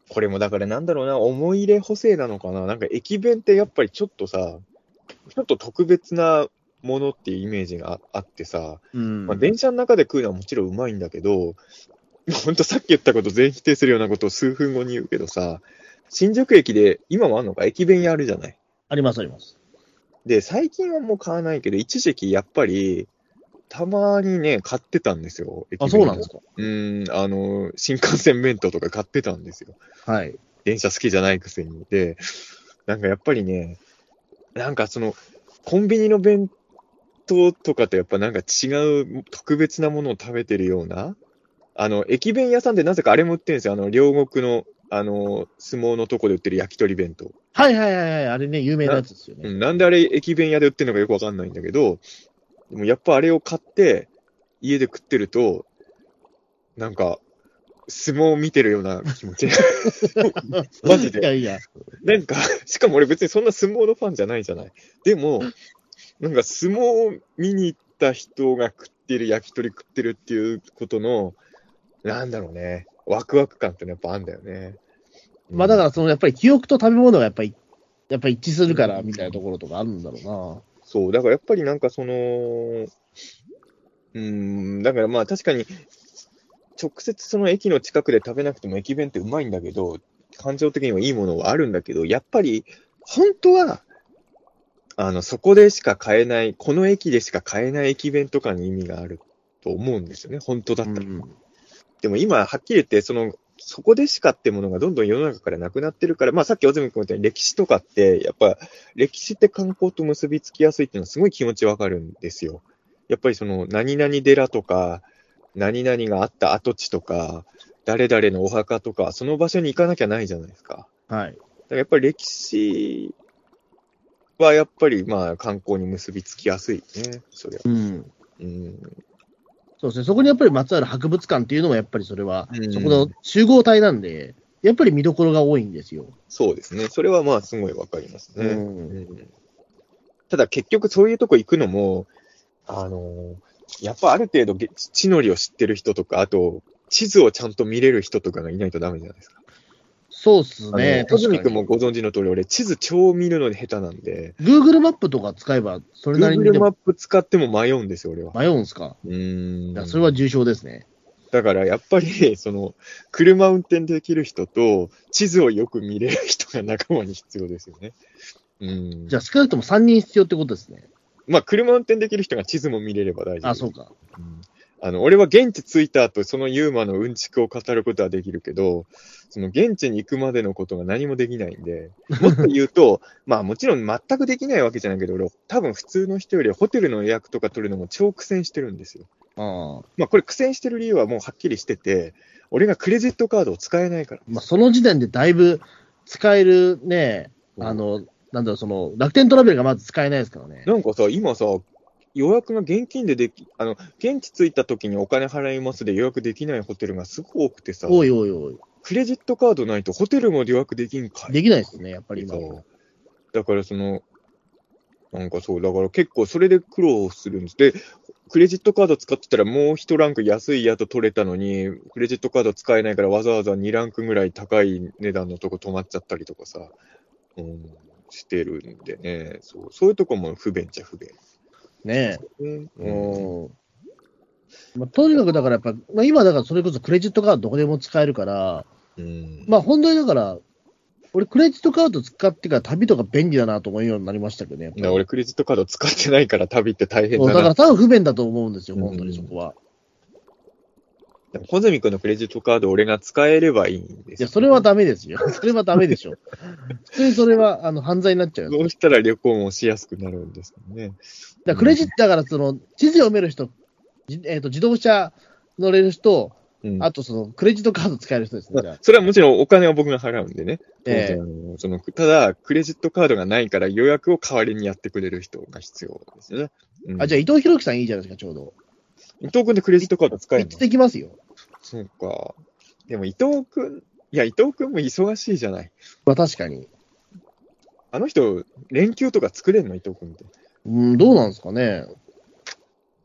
これもだからなんだろうな、思い入れ補正なのかな。なんか駅弁ってやっぱりちょっとさ、ちょっと特別なものっていうイメージがああってさ、 うんまあ、電車の中で食うのはもちろんうまいんだけど、ほんとさっき言ったこと全否定するようなことを数分後に言うけどさ、新宿駅で今もあんのか駅弁屋あるじゃない。 ありますあります。 で、最近はもう買わないけど、一時期やっぱり、たまにね、買ってたんですよ。駅あ、 弁そうなんですか。 うーん、あの、新幹線弁当とか買ってたんですよ。 はい。 電車好きじゃないくせに。で、なんかやっぱりね、なんかその、コンビニの弁当とかとやっぱなんか違う特別なものを食べてるような、あの、駅弁屋さんでなぜかあれも売ってるんですよ。あの、両国の、あの、相撲のとこで売ってる焼き鳥弁当。 はいはいはいはい。あれね、有名なやつですよね。 うん、なんであれ駅弁屋で売ってるのかよくわかんないんだけど、でもやっぱあれを買って家で食ってると、なんか、相撲を見てるような気持ち。マジで。 いやいや。 なんか、しかも俺別にそんな相撲のファンじゃないじゃない。でも、なんか相撲を見に行った人が食ってる焼き鳥食ってるっていうことの、なんだろうね、ワクワク感ってのやっぱあんだよね。 まあだからそのやっぱり記憶と食べ物がやっぱり、やっぱり一致するからみたいなところとかあるんだろうな。 そう、だからやっぱりなんかその、うーん、だからまあ確かに、直接その駅の近くで食べなくても駅弁ってうまいんだけど、感情的にはいいものはあるんだけど、やっぱり、本当は、あの、そこでしか買えない、この駅でしか買えない駅弁とかに意味があると思うんですよね、本当だったら。 うん、 でも今、はっきり言って、その、そこでしかってものがどんどん世の中からなくなってるから、まあさっき小泉君が言ったように歴史とかって、やっぱ歴史って観光と結びつきやすいっていうのはすごい気持ちわかるんですよ。やっぱりその、何々寺とか、何々があった跡地とか、誰々のお墓とか、その場所に行かなきゃないじゃないですか。 はい。 だからやっぱり歴史はやっぱりまあ観光に結びつきやすいね、それは。 うん。 うん。 そうですね。そこにやっぱりまつわる博物館っていうのはやっぱりそれは、 うんそこの集合体なんで、やっぱり見どころが多いんですよ。 そうですね。それはまあすごいわかりますね。 うんうんただ結局そういうとこ行くのも、あのーやっぱある程度げ地の利を知ってる人とか、あと地図をちゃんと見れる人とかがいないとダメじゃないですか。 そうっすあね。 の、小泉確かに。 君もご存知の通り、俺地図超見るのに下手なんで、 Google マップとか使えば、それなりに Google でもマップ使っても迷うんですよ、俺は。 迷うんすか。 うーいや、 ん。 それは重症ですね。 だからやっぱり、その、車運転できる人と、地図をよく見れる人が仲間に必要ですよね。うん。 じゃあ少なくともさんにん必要ってことですね。 まあ、車運転できる人が地図も見れれば大丈夫。 あ、そうか。 うんあの、俺は現地着いた後、そのユーマのうんちくを語ることはできるけど、その現地に行くまでのことが何もできないんで、もっと言うと、まあもちろん全くできないわけじゃないけど、俺、多分普通の人よりホテルの予約とか取るのも超苦戦してるんですよ。 ああ。 まあこれ苦戦してる理由はもうはっきりしてて、俺がクレジットカードを使えないから。 まあ、その時点でだいぶ使えるね、あの、なんだろう、その、楽天トラベルがまず使えないですからね。 なんかさ、今さ、予約が現金ででき、あの、現地着いた時にお金払いますで予約できないホテルがすごく多くてさ、 おいおいおい。 クレジットカードないとホテルも予約できんかい。 できないですね、やっぱり今そは。 うだからその、なんかそう、だから結構それで苦労するんです。で、クレジットカード使ってたらもう一ランク安い宿取れたのに、クレジットカード使えないからわざわざにランクぐらい高い値段のとこ泊まっちゃったりとかさ、うん、してるんでね、そう、そういうとこも不便っちゃ不便。 ねね、 え。 うんうん。まあ、とにかくだからやっぱ、まあ、今だからそれこそクレジットカードどこでも使えるから、 うんまあ本当にだから、俺クレジットカード使ってから旅とか便利だなと思うようになりましたけどね。やっぱりだから俺、クレジットカード使ってないから旅って大変だな。 そうだから多分不便だと思うんですよ、 うん本当にそこは。 でも、小泉君のクレジットカード俺が使えればいいんですよ。 いや、それはダメですよ。それはダメでしょ。普通にそれはあの犯罪になっちゃうよ。 そうしたら旅行もしやすくなるんですよね。 だからクレジット、だからその、地図読める人、じえーと、自動車乗れる人、 うんあとその、クレジットカード使える人ですね、じゃあ。 それはもちろんお金は僕が払うんでね。当ええ然そのただ、クレジットカードがないから予約を代わりにやってくれる人が必要ですよね。うんあ、じゃあ伊藤博樹さんいいじゃないですか、ちょうど。 伊藤君でクレジットカード使えるの一致できますよ。 そうか。でも伊藤君、いや、伊藤君も忙しいじゃない。 まあ確かに。 あの人、連休とか作れんの伊藤君って。いうん、どうなんですかね。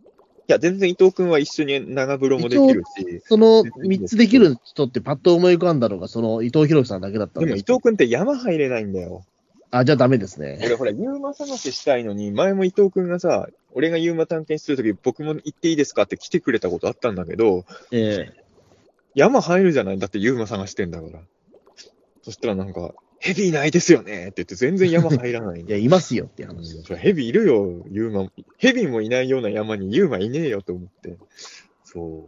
や、全然伊藤君は一緒に長風呂もできるし。 そのみっつできる人ってパッと思い浮かんだのが、その伊藤博樹さんだけだったんでも伊藤君って山入れないんだよ。 あ、じゃあダメですね。 俺ほら、ユーマ探ししたいのに、前も伊藤君がさ、俺がユーマ探検するとき、僕も行っていいですかって来てくれたことあったんだけど、 ええ山入るじゃないだってユーマ探してんだから。そしたらなんか、ヘビいないですよねって言って全然山入らないんいだや、いますよっていううん話。 それヘビいるよ、ユーマ。ヘビもいないような山にユーマいねえよと思って。そう。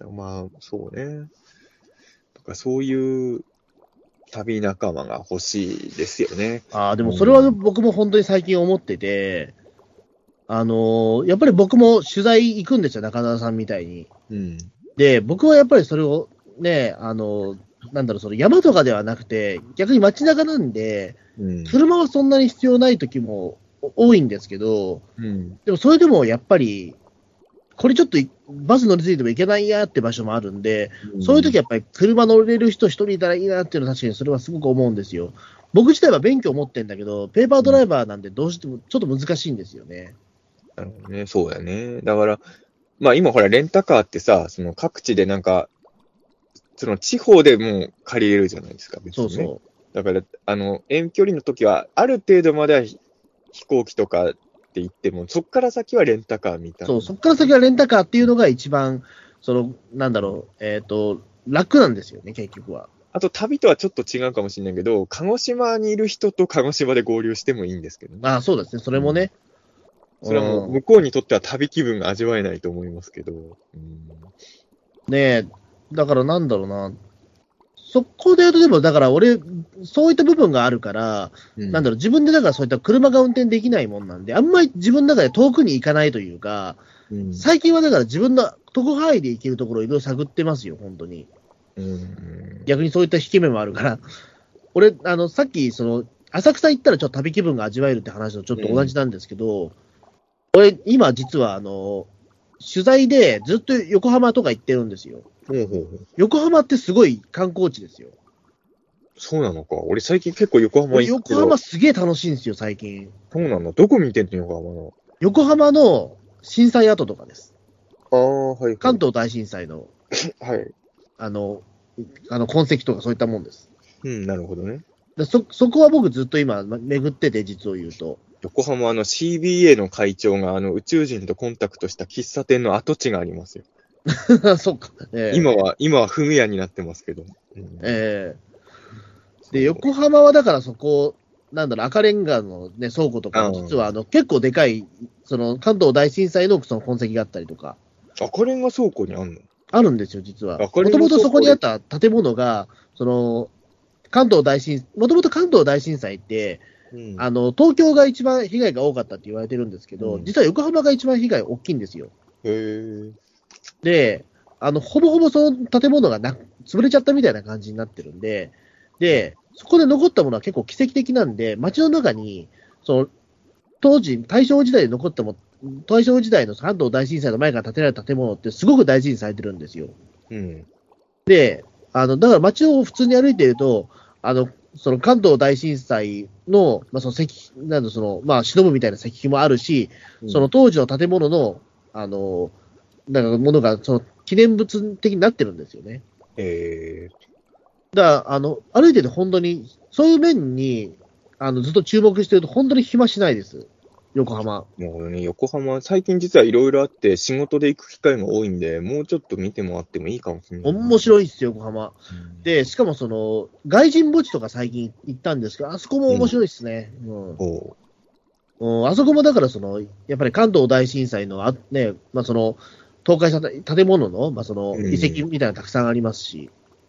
まあ、そうね。とかそういう旅仲間が欲しいですよね。 ああ、でもそれは僕も本当に最近思ってて、あのーやっぱり僕も取材行くんですよ、中澤さんみたいに。 うん。 で、僕はやっぱりそれをね、あのーなんだろう、その山とかではなくて、逆に街中なんで、 うん。 車はそんなに必要ない時も多いんですけど、 うん。 でもそれでもやっぱり、これちょっといバス乗り継いでもいけないやって場所もあるんで、そういう時はやっぱり車乗れる人一人いたらいいなっていうのは確かにそれはすごく思うんですよ。僕自体は免許を持ってるんだけど、ペーパードライバーなんでどうしてもちょっと難しいんですよね。 なるほどね。そうやね。だから、まあ今ほら、レンタカーってさ、その各地でなんか、その地方でもう借りれるじゃないですか、別にね。 そうそだから、あの、遠距離の時は、ある程度まではひ飛行機とかって言っても、そっから先はレンタカーみたう。 いな。 そう、そこから先はレンタカーっていうのが一番、その、なんだろう、えっ、と、楽なんですよね、結局は。 あと、旅とはちょっと違うかもしれないけど、鹿児島にいる人と鹿児島で合流してもいいんですけどね。 ああ、そうですね、それもね。 それはもう、 うん向こうにとっては旅気分が味わえないと思いますけど。うんねえ、だからなんだろうな。そこで言うと、でも、だから俺、そういった部分があるから、 うんなんだろう、自分でだからそういった車が運転できないもんなんで、あんまり自分の中で遠くに行かないというか、 うん最近はだから自分の特範囲で行けるところをいろいろ探ってますよ、本当に。 うん逆にそういった引き目もあるから。俺、あの、さっき、その、浅草行ったらちょっと旅気分が味わえるって話とちょっと同じなんですけど、俺、今実は、あの、取材でずっと横浜とか行ってるんですよ。 ほうほうほう横浜ってすごい観光地ですよ。 そうなのか。俺最近結構横浜俺行くけど。 横浜すげえ楽しいんですよ、最近。 そうなんだ。どこ見てんの横浜の。 横浜の震災跡とかです。 ああ、はい、はい。 関東大震災の、 はい。 あの、あの痕跡とかそういったもんです。 うん、なるほどね。 でそ、そこは僕ずっと今巡ってて、実を言うと。 横浜の シービーエー の会長があの宇宙人とコンタクトした喫茶店の跡地がありますよ。 そうか。えー今は、今はフグ屋になってますけど。うんえーで、横浜はだからそこ、なんだろう、赤レンガの、ね、倉庫とかも、実はあの結構でかい、その関東大震災のその痕跡があったりとか、 赤レンガ倉庫にあんのあるんですよ、実は。も赤レンガ倉庫ともとそこにあった建物が、その関東大震、もともと関東大震災って、 うん。 あの東京が一番被害が多かったって言われてるんですけど、 うん実は横浜が一番被害大きいんですよ。 へえ。 で、あのほぼほぼその建物がな潰れちゃったみたいな感じになってるんで、で、そこで残ったものは結構奇跡的なんで、街の中に、その当時、大正時代で残ったも、大正時代の関東大震災の前から建てられた建物ってすごく大事にされてるんですよ。 うん。 で、あのだから街を普通に歩いていると、あのその関東大震災の、まあ、その石なんだそのまあ、忍ぶみたいな石碑もあるし、その当時の建物の、あのなんかものがその記念物的になってるんですよね。 えー、 だからあの歩いてて本当に、そういう面にあのずっと注目してると、本当に暇しないです、横浜。 もうね、横浜、最近実はいろいろあって、仕事で行く機会が多いんで、もうちょっと見てもらってもいいかもしれない。 面白いっすよ、横浜。 うんで、しかもその、外人墓地とか最近行ったんですけど、あそこも面白いっすね。うんおうん、あそこもだからその、やっぱり関東大震災のあ、ね、まあ、その倒壊した建物の、まあ、そのうん遺跡みたいなのたくさんありますし、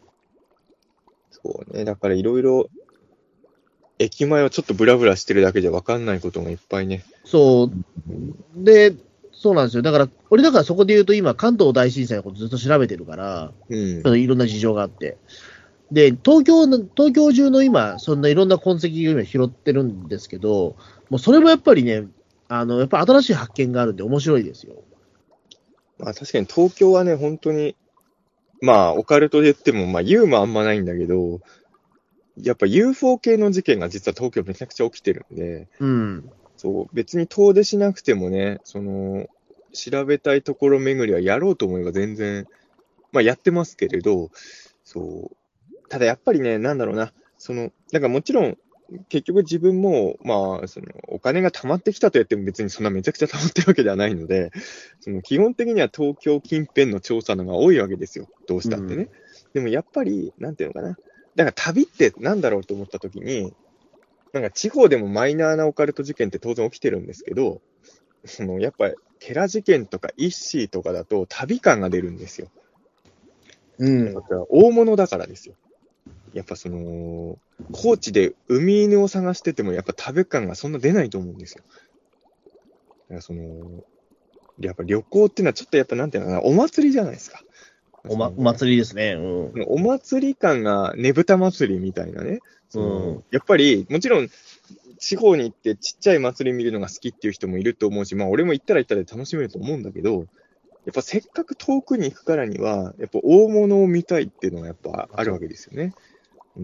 そうね、だからいろいろ、駅前をちょっとブラブラしてるだけじゃ分かんないことがいっぱいね。 そう、で、そうなんですよ。だから、俺だからそこで言うと、今、関東大震災のことずっと調べてるから、 うんちょっ。といろんな事情があって。で、東京の、東京中の今、そんないろんな痕跡を今拾ってるんですけど、もうそれもやっぱりね、あの、やっぱ新しい発見があるんで面白いですよ。 まあ確かに東京はね、本当に、まあオカルトで言っても、まあユーモアあんまないんだけど、やっぱ ユーフォー 系の事件が実は東京めちゃくちゃ起きてるんで、 うん。 そう、別に遠出しなくてもね、その、 調べたいところ巡りはやろうと思えば全然、まあやってますけれど、そう。ただやっぱりね、なんだろうな、その、なんかもちろん、結局自分も、まあ、その、お金が貯まってきたと言っても別にそんなめちゃくちゃ貯まってるわけではないので、その、基本的には東京近辺の調査のが多いわけですよ。どうしたってね。うん、でもやっぱり、なんていうのかな。だから旅ってなんだろうと思ったときに、なんか地方でもマイナーなオカルト事件って当然起きてるんですけど、その、やっぱり、ケラ事件とかイッシーとかだと旅感が出るんですよ。 うん。 だから大物だからですよ。やっぱその、高知で海犬を探してても、やっぱ食べ感がそんな出ないと思うんですよ。だからその、やっぱ旅行っていうのはちょっとやっぱなんていうのかな、お祭りじゃないですか。 おま、お祭りですね。うん。 お祭り感がねぶた祭りみたいなね。そのうん、 やっぱり、もちろん、地方に行ってちっちゃい祭り見るのが好きっていう人もいると思うし、まあ俺も行ったら行ったで楽しめると思うんだけど、やっぱせっかく遠くに行くからには、やっぱ大物を見たいっていうのがやっぱあるわけですよね。うん。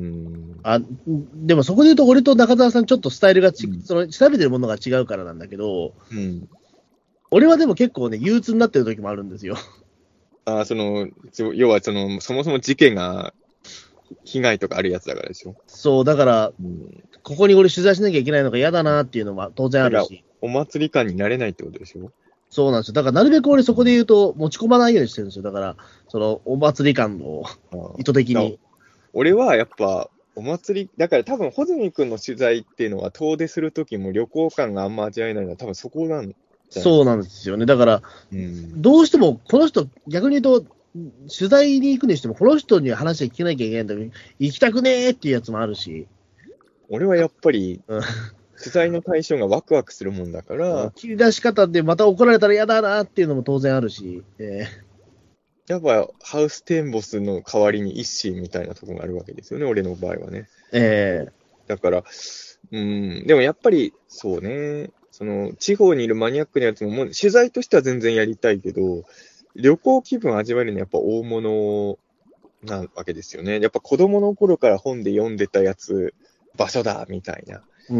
あ、でもそこで言うと、俺と中澤さんちょっとスタイルがち、 うん、 その調べてるものが違うからなんだけど、 うん。 俺はでも結構ね、憂鬱になってる時もあるんですよ。 あ、その、要はその、そもそも事件が、被害とかあるやつだからでしょ。 そう、だから、 うん、 ここに俺取材しなきゃいけないのが嫌だなっていうのは当然あるし。 お祭り感になれないってことでしょ。 そうなんですよ。だからなるべく俺そこで言うと持ち込まないようにしてるんですよ。だから、そのお祭り感を意図的に。 俺はやっぱ、お祭り、だから多分、穂積君の取材っていうのは、遠出するときも旅行感があんま味わえないのは、多分そこなんじゃないですか。 そうなんですよね。だから、うん、どうしてもこの人、逆に言うと、取材に行くにしても、この人に話が聞けなきゃいけないんだけど、行きたくねーっていうやつもあるし。 俺はやっぱり、取材の対象がワクワクするもんだから。 切り出し方でまた怒られたら嫌だなっていうのも当然あるし。えー、やっぱ、ハウステンボスの代わりにイッシーみたいなところがあるわけですよね、俺の場合はね。 えー、 だから、うん、でもやっぱり、そうね、その、地方にいるマニアックなやつも、もう取材としては全然やりたいけど、旅行気分味わえるのはやっぱ大物なわけですよね。やっぱ子供の頃から本で読んでたやつ、場所だ、みたいな。 うん。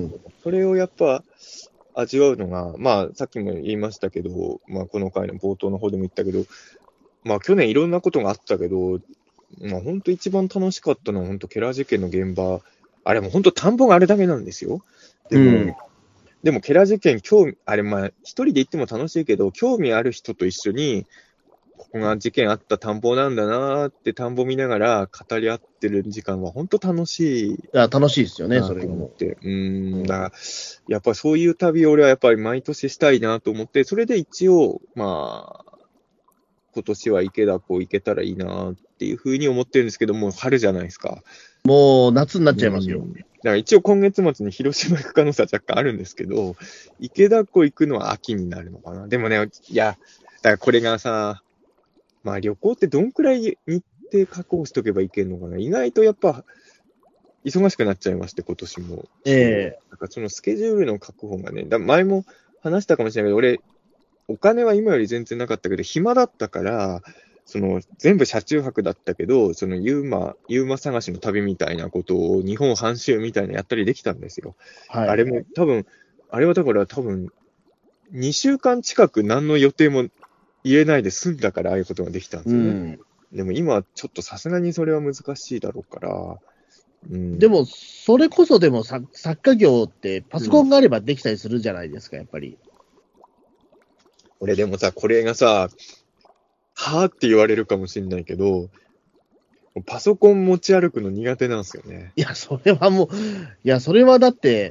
それをやっぱ味わうのが、まあさっきも言いましたけど、まあこの回の冒頭の方でも言ったけど、まあ去年いろんなことがあったけど、まあ本当一番楽しかったのは本当ケラ事件の現場、あれも本当田んぼがあれだけなんですよ。でも、うん、でもケラ事件興味、あれまあ一人で行っても楽しいけど、興味ある人と一緒に、ここが事件あった田んぼなんだなーって田んぼ見ながら語り合ってる時間は本当楽しい。いや、楽しいですよね、それも。 うーん、だから、やっぱりそういう旅を俺はやっぱり毎年したいなと思って、それで一応、まあ、今年は池田湖行けたらいいなっていうふうに思ってるんですけども、春じゃないですか。 もう夏になっちゃいますよ。 だから一応今月末に広島行く可能性は若干あるんですけど、池田湖行くのは秋になるのかな。でもね、いや、だからこれがさ、まあ旅行ってどんくらい日程確保しとけばいけるのかな。意外とやっぱ忙しくなっちゃいまして、今年も。 ええー。だからそのスケジュールの確保がね、だ前も話したかもしれないけど、俺、お金は今より全然なかったけど、暇だったから、その全部車中泊だったけど、そのユーマ、ユーマ探しの旅みたいなことを日本半周みたいなやったりできたんですよ。 はい、 あれも多分、あれはだから多分、にしゅうかん近く何の予定も言えないで済んだから、ああいうことができたんですよね。うん、でも今はちょっとさすがにそれは難しいだろうから、 うん、でも、それこそでも作家業ってパソコンがあればできたりするじゃないですか、やっぱり。 俺でもさ、これがさ、はぁって言われるかもしれないけど、パソコン持ち歩くの苦手なんですよね。 いや、それはもう、いや、それはだって、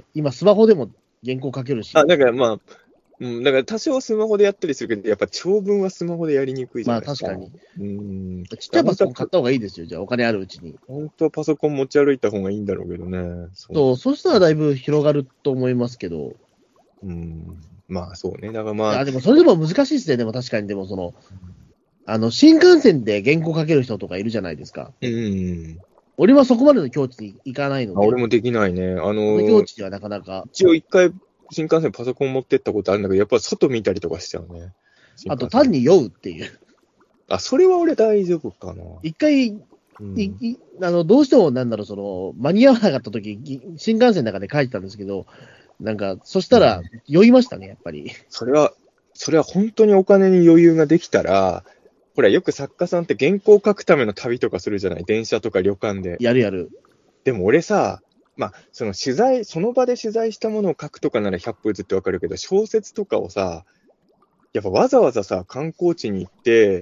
今スマホでも原稿書けるし。 あ、だからまあ、うん、だから多少スマホでやったりするけど、やっぱ長文はスマホでやりにくいじゃないですか。 まあ確かに。 うん。 ちっちゃいパソコン買った方がいいですよ、じゃあお金あるうちに。 本当はパソコン持ち歩いた方がいいんだろうけどね。 そう、そうそしたらだいぶ広がると思いますけど。 うん。まあそうね。だからまあ。 いや、でもそれでも難しいですね、でも確かに、でもその、あの、新幹線で原稿書ける人とかいるじゃないですか。 うん。 俺はそこまでの境地に行かないので。 あ、俺もできないね。あのー、 境地にはなかなか。 一応一回、新幹線パソコン持ってったことあるんだけど、やっぱ外見たりとかしちゃうね。 あと単に酔うっていう。 あ、それは俺大丈夫かな。 一回、うん、いいあのどうしてもなんだろう、その、間に合わなかった時、新幹線の中で書いてたんですけど、なんか、そしたら酔いましたね、やっぱり。 それは、 それは本当にお金に余裕ができたら、ほら、よく作家さんって原稿を書くための旅とかするじゃない？電車とか旅館で。 やるやる。 でも俺さ、まあ、その取材、その場で取材したものを書くとかならひゃっぽ譲ってわかるけど、小説とかをさ、やっぱわざわざさ、観光地に行って、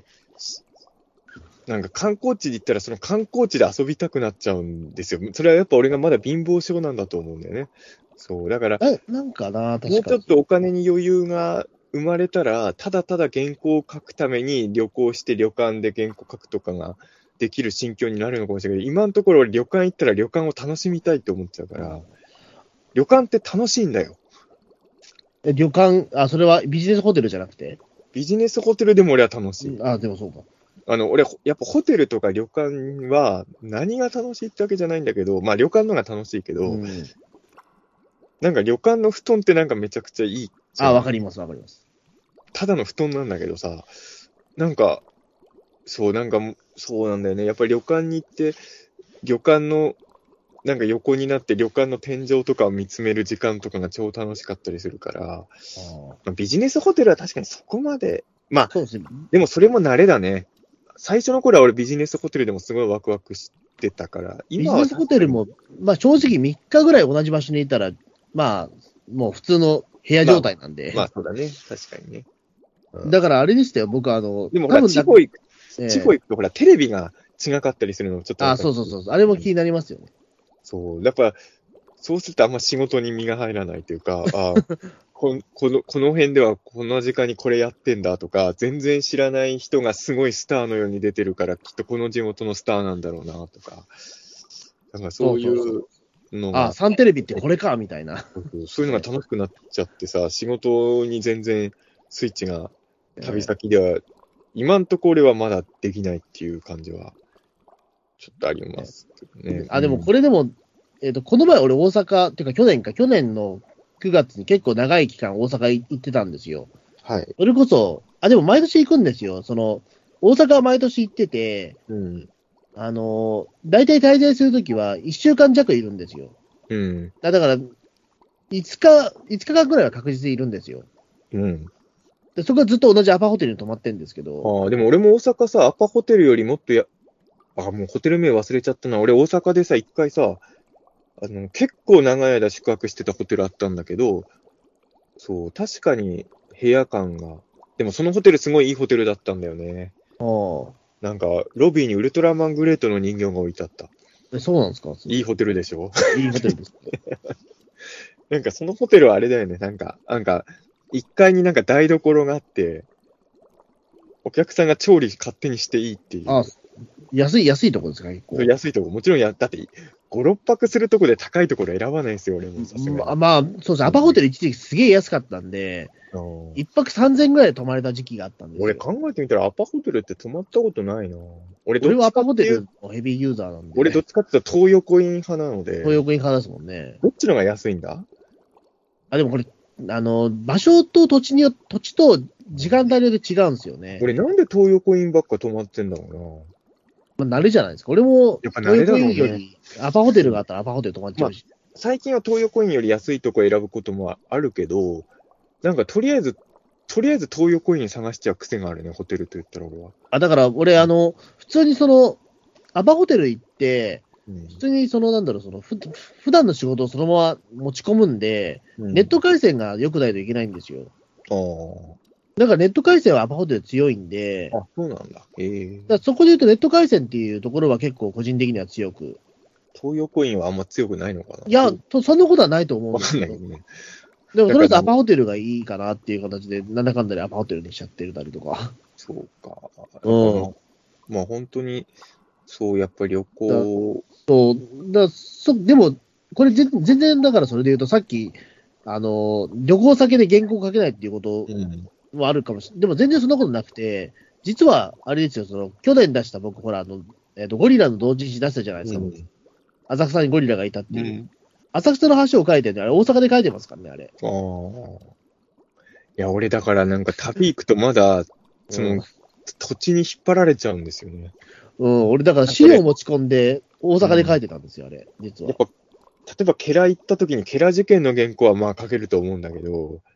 なんか観光地に行ったらその観光地で遊びたくなっちゃうんですよ。それはやっぱ俺がまだ貧乏症なんだと思うんだよね。そう。だから、 え、なんかな、確かに。 もうちょっとお金に余裕が生まれたら、ただただ原稿を書くために旅行して旅館で原稿書くとかができる心境になるのかもしれないけど、今のところ俺旅館行ったら旅館を楽しみたいって思っちゃうから、旅館って楽しいんだよ。 え、旅館、あ、それはビジネスホテルじゃなくて？ ビジネスホテルでも俺は楽しい。 あ、でもそうか。 あの、俺、やっぱホテルとか旅館は何が楽しいってわけじゃないんだけど、まあ旅館のが楽しいけど、 うん、 なんか旅館の布団ってなんかめちゃくちゃいい。 あ、わかります、わかります。 ただの布団なんだけどさ、なんか、そう、なんか、そうなんだよね。やっぱり旅館に行って、旅館の、なんか横になって旅館の天井とかを見つめる時間とかが超楽しかったりするから、 あまあ、ビジネスホテルは確かにそこまで、まあ、 そうですね。 でもそれも慣れだね。最初の頃は俺ビジネスホテルでもすごいワクワクしてたから、 ビジネスホテルも、まあ正直みっかぐらい同じ場所にいたら、まあ、もう普通の部屋状態なんで。 まあ、まあそうだね。確かにね。 うん、だからあれでしたよ、僕あの、 でもほら、地方行く、 えー、 地方行くとほら、テレビが違かったりするのちょっと。 あ、そうそうそう。あれも気になりますよね。 そう。やっぱ、そうするとあんま仕事に身が入らないというか、あこ, こ, のこの辺ではこの時間にこれやってんだとか、全然知らない人がすごいスターのように出てるから、きっとこの地元のスターなんだろうなとか、なんかそういうのが。 あ、サンテレビってこれかみたいな。 そういうのが楽しくなっちゃってさ、仕事に全然スイッチが旅先では、えー、今んところ俺はまだできないっていう感じは、ちょっとありますね。 あ、でもこれでも、えっと、この前俺大阪、っていうか去年か、去年のくがつに結構長い期間大阪行ってたんですよ。 はい。 それこそ、あ、でも毎年行くんですよ。その、大阪は毎年行ってて、 うん、 あの、大体滞在するときはいっしゅうかん弱いるんですよ。 うん。 だから、いつか、いつかかんぐらいは確実にいるんですよ。 うん。 でそこはずっと同じアパホテルに泊まってるんですけど。 ああ、でも俺も大阪さ、アパホテルよりもっとや、あ、もうホテル名忘れちゃったな。俺大阪でさ、一回さ、あの、結構長い間宿泊してたホテルあったんだけど、そう、確かに部屋感が、でもそのホテルすごいいいホテルだったんだよね。 ああ。 なんか、ロビーにウルトラマングレートの人形が置いてあった。 え、そうなんですか？ いいホテルでしょ？ いいホテルです。 なんかそのホテルはあれだよね。なんか、なんか、いっかいになんか台所があって、お客さんが調理勝手にしていいっていう。 あ、安い、安いとこですか？結構。 安いとこ。もちろんや、だって、ご、ろっぱくするとこで高いところ選ばないんですよ、俺もさすがに。 ま、まあ、そうです。アパホテル一時期すげえ安かったんで、一泊さんぜんえんぐらいで泊まれた時期があったんですよ。 俺考えてみたらアパホテルって泊まったことないな。俺俺はアパホテルのヘビーユーザーなんで、ね。 俺どっちかっていうと東横イン派なので。 東横イン派ですもんね。 どっちのが安いんだ？ あ、でもこれ、あの、場所と土地によ土地と時間帯によって違うんですよね。 俺なんで東横インばっか泊まってんだろうな。 まあ、慣れじゃないですか。俺も、 やっぱ慣れだろうね。 東横インより、アパホテルがあったらアパホテル泊まっちゃうし。 まあ、最近は東横インより安いとこ選ぶこともあるけど、なんかとりあえず、とりあえず東横イン探しちゃう癖があるね、ホテルと言ったら俺は。 あ、だから俺、あの、普通にその、アパホテル行って、うん、普通にその、なんだろう、その、ふ、普段の仕事をそのまま持ち込むんで、うん、ネット回線が良くないといけないんですよ。 ああ。 だからネット回線はアパホテル強いんで、 あ、そうなんだ。ええー。 だからそこで言うとネット回線っていうところは結構個人的には強く。 東横インはあんま強くないのかな？ いや、とそんなことはないと思うんですけど。 わかんないね。 でもとりあえずアパホテルがいいかなっていう形で、なんだかんだでアパホテルにしちゃってるたりとか。 そうか。 うん。 まあ本当に、そう、やっぱり旅行。 そう、だそでも、これ全然だからそれで言うと、さっき、あの、旅行先で原稿書けないっていうこともあるかもしれない。でも全然そんなことなくて、実は、あれですよ、その、去年出した僕、ほら、あの、えっと、ゴリラの同人誌出したじゃないですか。うん、浅草にゴリラがいたっていう。うん、浅草の橋を書いてるんで、あれ、大阪で書いてますからね、あれ。 ああ。いや、俺だからなんか旅行くとまだ、その、うん、土地に引っ張られちゃうんですよね。 うん、俺だから資料を持ち込んで、大阪で書いてたんですよ、あれ、実は。 やっぱ、例えば、ケラ行った時に、ケラ事件の原稿はまあ書けると思うんだけど、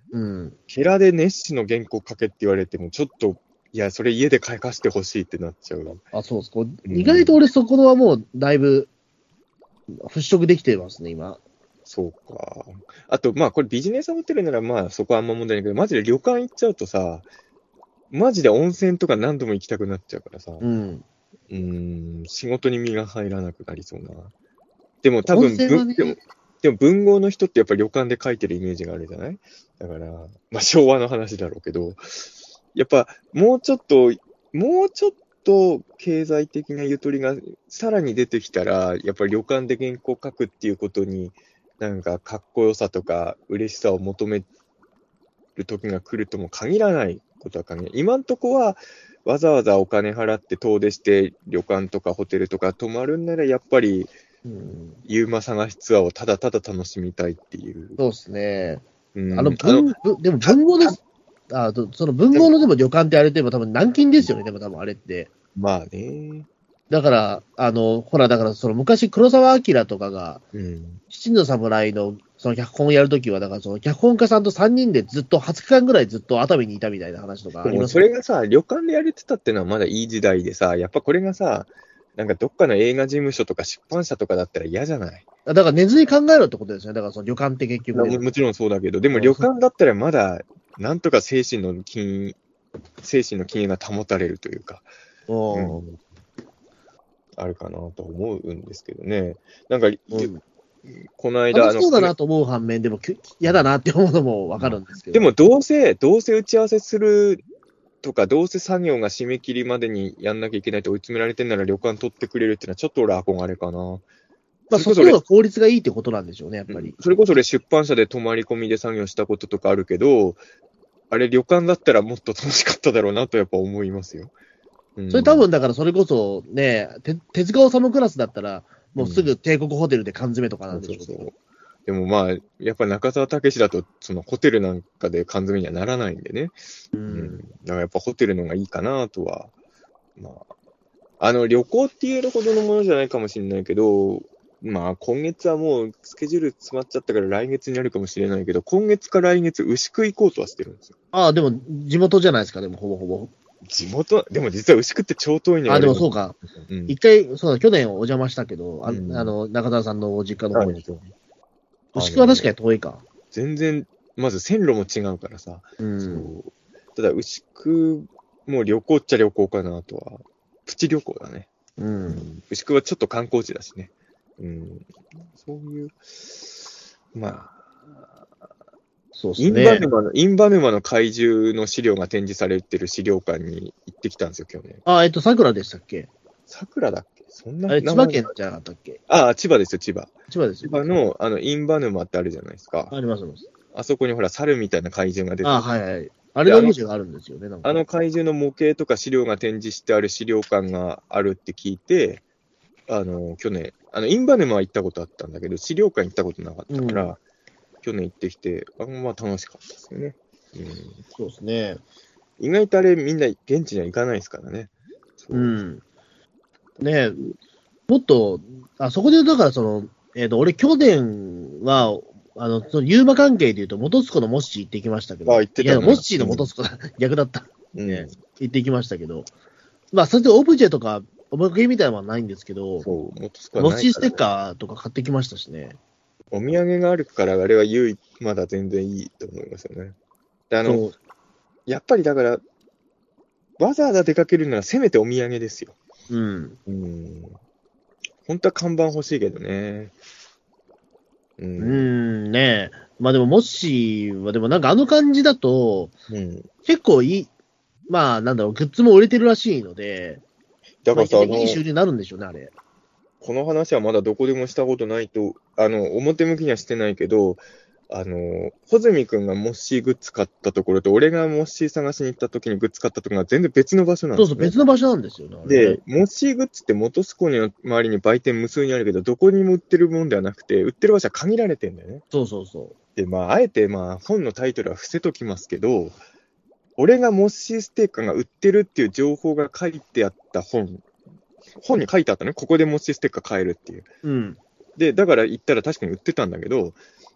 うん。 寺で熱心の原稿書けって言われても、ちょっと、いや、それ家で書かせてほしいってなっちゃう。 あ、そうですか。 うん意外と俺そこはもうだいぶ払拭できてますね、今。 そうか。あと、まあ、これビジネスホテルならまあ、そこはあんま問題ないけど、マジで旅館行っちゃうとさ、マジで温泉とか何度も行きたくなっちゃうからさ、 うん。 うーん、仕事に身が入らなくなりそうな。でも多温分、 泉はね、 ぶでも、でも文豪の人ってやっぱり旅館で書いてるイメージがあるじゃない？だから、まあ昭和の話だろうけど、やっぱもうちょっと、もうちょっと経済的なゆとりがさらに出てきたら、やっぱり旅館で原稿書くっていうことに、なんかかっこよさとか嬉しさを求める時が来るとも限らないことは限らない。今んとこは、わざわざお金払って遠出して旅館とかホテルとか泊まるんなら、やっぱり、 うん、 ユーマ探しツアーをただただ楽しみたいっていう。 そうですね。 うん、 あの文、ぶでも文豪の、あとその文豪のでも旅館ってあれって多分南京ですよね、でも多分あれって。 まあね。 だから、あの、ほら、だからその昔黒澤明とかが、 うん。 七人の侍のその脚本をやるときは、だからその脚本家さんとさんにんでずっとはつかかんぐらいずっと熱海にいたみたいな話とかあでもりますそれがさ、旅館でやれてたってのはまだいい時代でさ、やっぱこれがさ、なんかどっかの映画事務所とか出版社とかだったら嫌じゃない？ だから寝ずに考えろってことですね。だからその旅館って結局ね。 ももちろんそうだけど、でも旅館だったらまだ、なんとか精神の金、精神の機嫌が保たれるというか、ううんん、あるかなと思うんですけどね。なんか、 うんこの間、 楽あの、 しそうだなと思う反面、でもき嫌だなって思うのもわかるんですけど。 でもどうせ、どうせ打ち合わせするとか、どうせ作業が締め切りまでにやんなきゃいけないと追い詰められてんなら旅館取ってくれるっていうのはちょっと俺憧れかな。 まあ、そっちの方が効率がいいってことなんでしょうね、やっぱり。 それこそ俺出版社で泊まり込みで作業したこととかあるけど、あれ旅館だったらもっと楽しかっただろうなとやっぱ思いますよ。うん、 それ多分だからそれこそね、手手塚治虫クラスだったら、もうすぐ帝国ホテルで缶詰とかなんでしょうけど。 そうそうそうでもまあ、やっぱ中澤武史だと、そのホテルなんかで缶詰にはならないんでね。 ううんん。だからやっぱホテルの方がいいかなとは。まあ、あの旅行って言えるほどのものじゃないかもしれないけど、まあ今月はもうスケジュール詰まっちゃったから来月になるかもしれないけど、今月か来月牛久行こうとはしてるんですよ。 ああ、でも地元じゃないですか、でもほぼほぼ。 地元、でも実は牛久って超遠いのよ。 ああ、でも俺そうか。 うん。 一回、そうだ、去年お邪魔したけど、あ,、 うんあの、中澤さんのお実家の方に。 あ牛久は確かに遠いか。 全然、まず線路も違うからさ。 うん。 そうただ牛久、もう旅行っちゃ旅行かなとは。プチ旅行だね。 う。 うんん。牛久はちょっと観光地だしね。うん。そういう、まあ、 そうですインバね。 沼の、インバ沼の怪獣の資料が展示されてる資料館に行ってきたんですよ、去年。 あ、えっと、桜でしたっけ？ 桜だっけそんなあれ、 名前千葉県じゃなかったっけ？ ああ、千葉ですよ、千葉。 千葉ですよ。 千葉の、あの、インバ沼ってあるじゃないですか。 あります、あります。 あそこにほら、猿みたいな怪獣が出てる。 あ、はいはい。あれのオブジェがあるんですよね、なんか。 あの怪獣の模型とか資料が展示してある資料館があるって聞いて、あの、去年、あの、インバ沼は行ったことあったんだけど、資料館行ったことなかったから、 うん去年行ってきて、あまあ楽しかったですよね。うん、 そうですね。 意外とあれみんな現地には行かないですからね。そううん。ねえ、もっと、あそこで言うと、だからその、えっ、と、俺去年は、あの、そのユーマ関係で言うと、元栖湖のモッシー行ってきましたけど、 あ行ってたねいや、モッシーの元栖湖だ、逆だった。 うんね、行ってきましたけど、まあ、それでオブジェとか、おまけみたいなのはないんですけど、 そう、もっと少ないモッシーステッカーとか買ってきましたしね。 お土産があるから、あれは唯一、まだ全然いいと思いますよね。であの、 そう。 やっぱりだから、わざわざ出かけるならせめてお土産ですよ。 うん。 うん。本当は看板欲しいけどね。う。 うんん、ねえ。まあでも、モッシーは、でもなんかあの感じだと、 うん。 結構いい、まあなんだろう、グッズも売れてるらしいので、まあ、 だからさ、あのいい収入になるんでしょうね、あれ。 この話はまだどこでもしたことないと、あの、表向きにはしてないけど、あの、穂積君がモッシーグッズ買ったところと、俺がモッシー探しに行った時にグッズ買ったところが全然別の場所なんそうそう、 ですね。 別の場所なんですよね、あれねで、モッシーグッズって元栖湖の周りに売店無数にあるけど、どこにも売ってるもんではなくて、売ってる場所は限られてんだよね。 そうそうそで、まあ、あえて、まあ、本のタイトルは伏せときますけど、俺がモッシーステーカーが売ってるっていう情報が書いてあった本、本に書いてあったね。ここでモッシーステッカー買えるっていう。 う。うん。 で、だから行ったら確かに売ってたんだけど、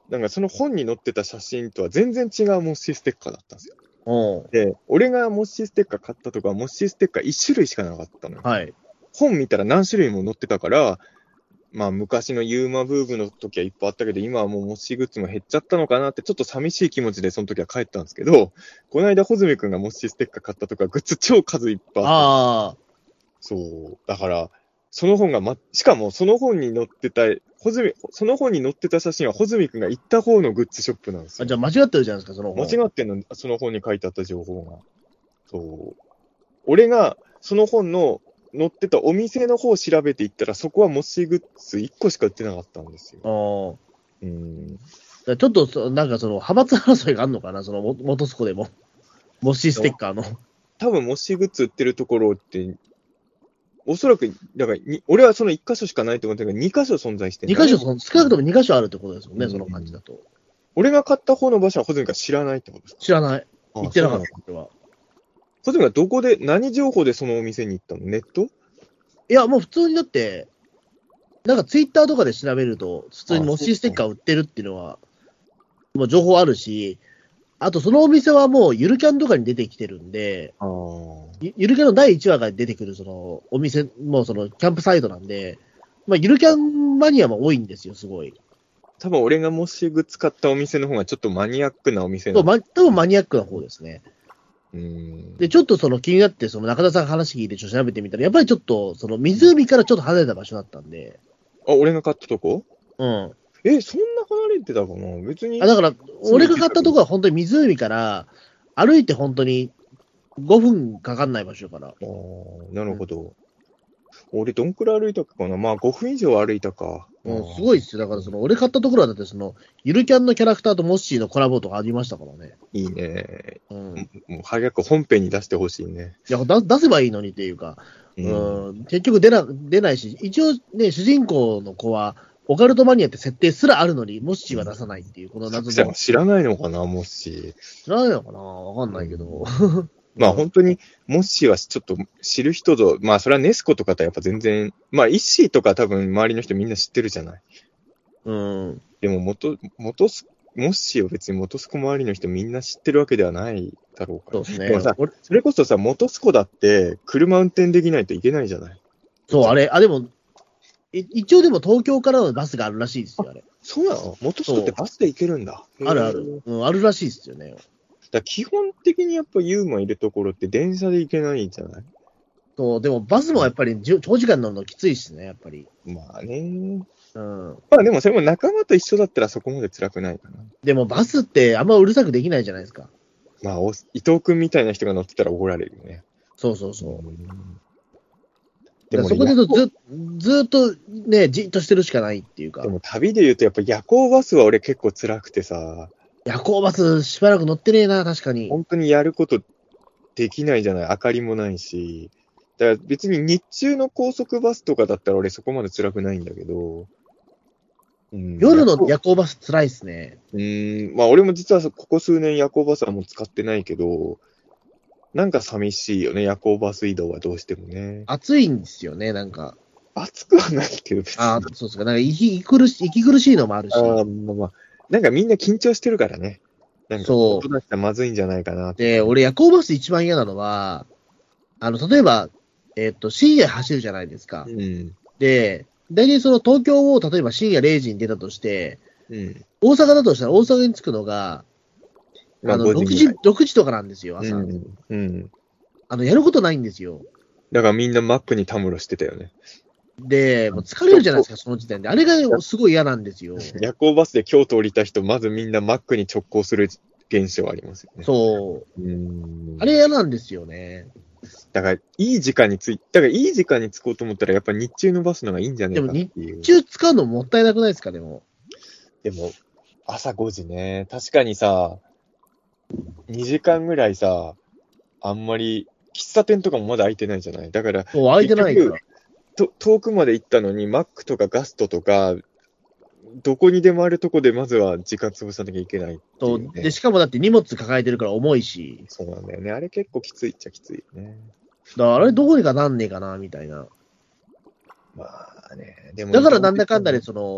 なんかその本に載ってた写真とは全然違うモッシーステッカーだったんですよ。 おで、俺がモッシーステッカー買ったとか、モッシーステッカーいち種類しかなかったのよ。 はい。 本見たら何種類も載ってたから、まあ昔のユーマブームの時はいっぱいあったけど、今はもうモッシーグッズも減っちゃったのかなって、ちょっと寂しい気持ちでその時は帰ったんですけど、この間、穂積くんがモッシーステッカー買ったとか、グッズ超数いっぱいあった。 ああ。 そう。だから、その本が、ま、しかもその本に載ってた、穂積、その本に載ってた写真は穂積くんが行った方のグッズショップなんですよ。 あ、じゃあ間違ってるじゃないですか、その本。 間違ってんの、その本に書いてあった情報が。そう。俺が、その本の載ってたお店の方を調べていったら、そこはモッシーグッズいっこしか売ってなかったんですよ。 ああ。 うん。 ちょっとそ、なんかその、派閥争いがあるのかな、その、も元栖湖でも。モッシーステッカーの。 多分、モッシーグッズ売ってるところって、おそらく、だからに、俺はそのいっ箇所しかないと思ってるけど、に箇所存在してる。 に箇所、少なくともに箇所あるってことですもんね、 うん、 その感じだと。 俺が買った方の場所は、ホズミが知らないってことですか？ 知らない。 あ、 行ってなかった、 ここれは。 ホズミがどこで、何情報でそのお店に行ったの？ネット？ いや、もう普通にだって、なんかツイッターとかで調べると、普通にモッシーステッカー売ってるっていうのは、もう情報あるし、あとそのお店はもうゆるキャンとかに出てきてるんで、 あゆゆるキャンのだいいちわが出てくるそのお店、もうそのキャンプサイトなんで、まあ、ゆるキャンマニアも多いんですよ、すごい。 多分俺がモッシーグッズ買ったお店の方がちょっとマニアックなお店そう、 なの。 ま、多分マニアックな方ですね。 うーん。 で、ちょっとその気になって、その中田さんが話聞いてちょっと調べてみたら、やっぱりちょっと、その湖からちょっと離れた場所だったんで、 あ、俺が買ったとこ？ うん。 え、そんな離れてたかな？別に。 あ、だから、俺が買ったとこは本当に湖から歩いて本当にごふんかかんない場所から。 ああ、なるほど。俺どんくらい歩いたかな？まあごふん以上歩いたか。 うん、すごいっすよ。だからその、俺買ったところはだってその、ゆるキャンのキャラクターとモッシーのコラボとかありましたからね。 いいね。 うん。 もう早く本編に出してほしいね。 いや、だ出せばいいのにっていうか、 ううんん、結局出な、出ないし、一応ね、主人公の子は、オカルトマニアって設定すらあるのに、モッシーは出さないっていう、この謎の。 作者は知らないのかな、もし。 知らないのかなわかんないけど。 まあ本当に、もしはちょっと知る人ぞ、まあそれはネスコとかとやっぱ全然、まあイッシーとか多分周りの人みんな知ってるじゃない。 うん。 でも元、元す、モッシーは別に元栖湖周りの人みんな知ってるわけではないだろうから。 そうですね。 でもさ、それこそさ、元栖湖だって車運転できないといけないじゃない。 そう、あれ、あ、でも、い一応でも東京からのバスがあるらしいですよ、あれ。 そうなの？元栖湖ってバスで行けるんだ。 あるある。うん、あるらしいですよね。 だから基本的にやっぱユーマいるところって電車で行けないんじゃない？ そう、でもバスもやっぱりじゅ長時間乗るのきついっすね、やっぱり。 まあね。 うん。 まあでもそれも仲間と一緒だったらそこまで辛くないかな。 でもバスってあんまうるさくできないじゃないですか。 まあ、お伊藤くんみたいな人が乗ってたら怒られるよね。 そうそうそう。 うんでもそこで言うとずずっとね、じっとしてるしかないっていうか。 でも旅で言うとやっぱ夜行バスは俺結構辛くてさ、 夜行バスしばらく乗ってねえな、確かに。 本当にやることできないじゃない。明かりもないし。だから別に日中の高速バスとかだったら俺そこまで辛くないんだけど。うん、 夜の夜行バス辛いっすね。 うーん、まあ俺も実はここ数年夜行バスはもう使ってないけど、なんか寂しいよね、夜行バス移動はどうしてもね。 暑いんですよね、なんか。 暑くはないけど別に。 ああ、そうですか。なんか息息苦し息苦しいのもあるし。 ああ、まあまあ。なんかみんな緊張してるからね。なんか、 そう音出したらまずいんじゃないかなって。 で、俺夜行バス一番嫌なのは、あの、例えば、えっと、深夜走るじゃないですか。 うん。 で、大体その東京を例えば深夜れいじに出たとして、 うん。 大阪だとしたら大阪に着くのが、 まあ、 あの、 ご 6 時時、 ぐらい。 ろくじとかなんですよ、朝。 うん。うん。 あの、やることないんですよ。 だからみんなマックにたむろしてたよね。 で、もう疲れるじゃないですか、その時点で。あれがすごい嫌なんですよ。 夜行バスで京都降りた人、まずみんなマックに直行する現象ありますよね。 そう。 う。うん。 あれ嫌なんですよね。 だから、いい時間に着い、だからいい時間に着こうと思ったら、やっぱ日中のバスの方がいいんじゃねえかっていう。 日中使うのもったいなくないですか、でも。 でも、朝ごじね。確かにさ、にじかんぐらいさ、あんまり、喫茶店とかもまだ開いてないじゃない。だから、 もう空いてないから。 と遠くまで行ったのに、マックとかガストとか、どこにでもあるとこでまずは時間潰さなきゃいけないってそいうう、ね。 で、しかもだって荷物抱えてるから重いし。 そうなんだよね。あれ結構きついっちゃきついよね。 だからあれどこにかなんねえかな、みたいな。 まあね。でもだからなんだかんだで、その、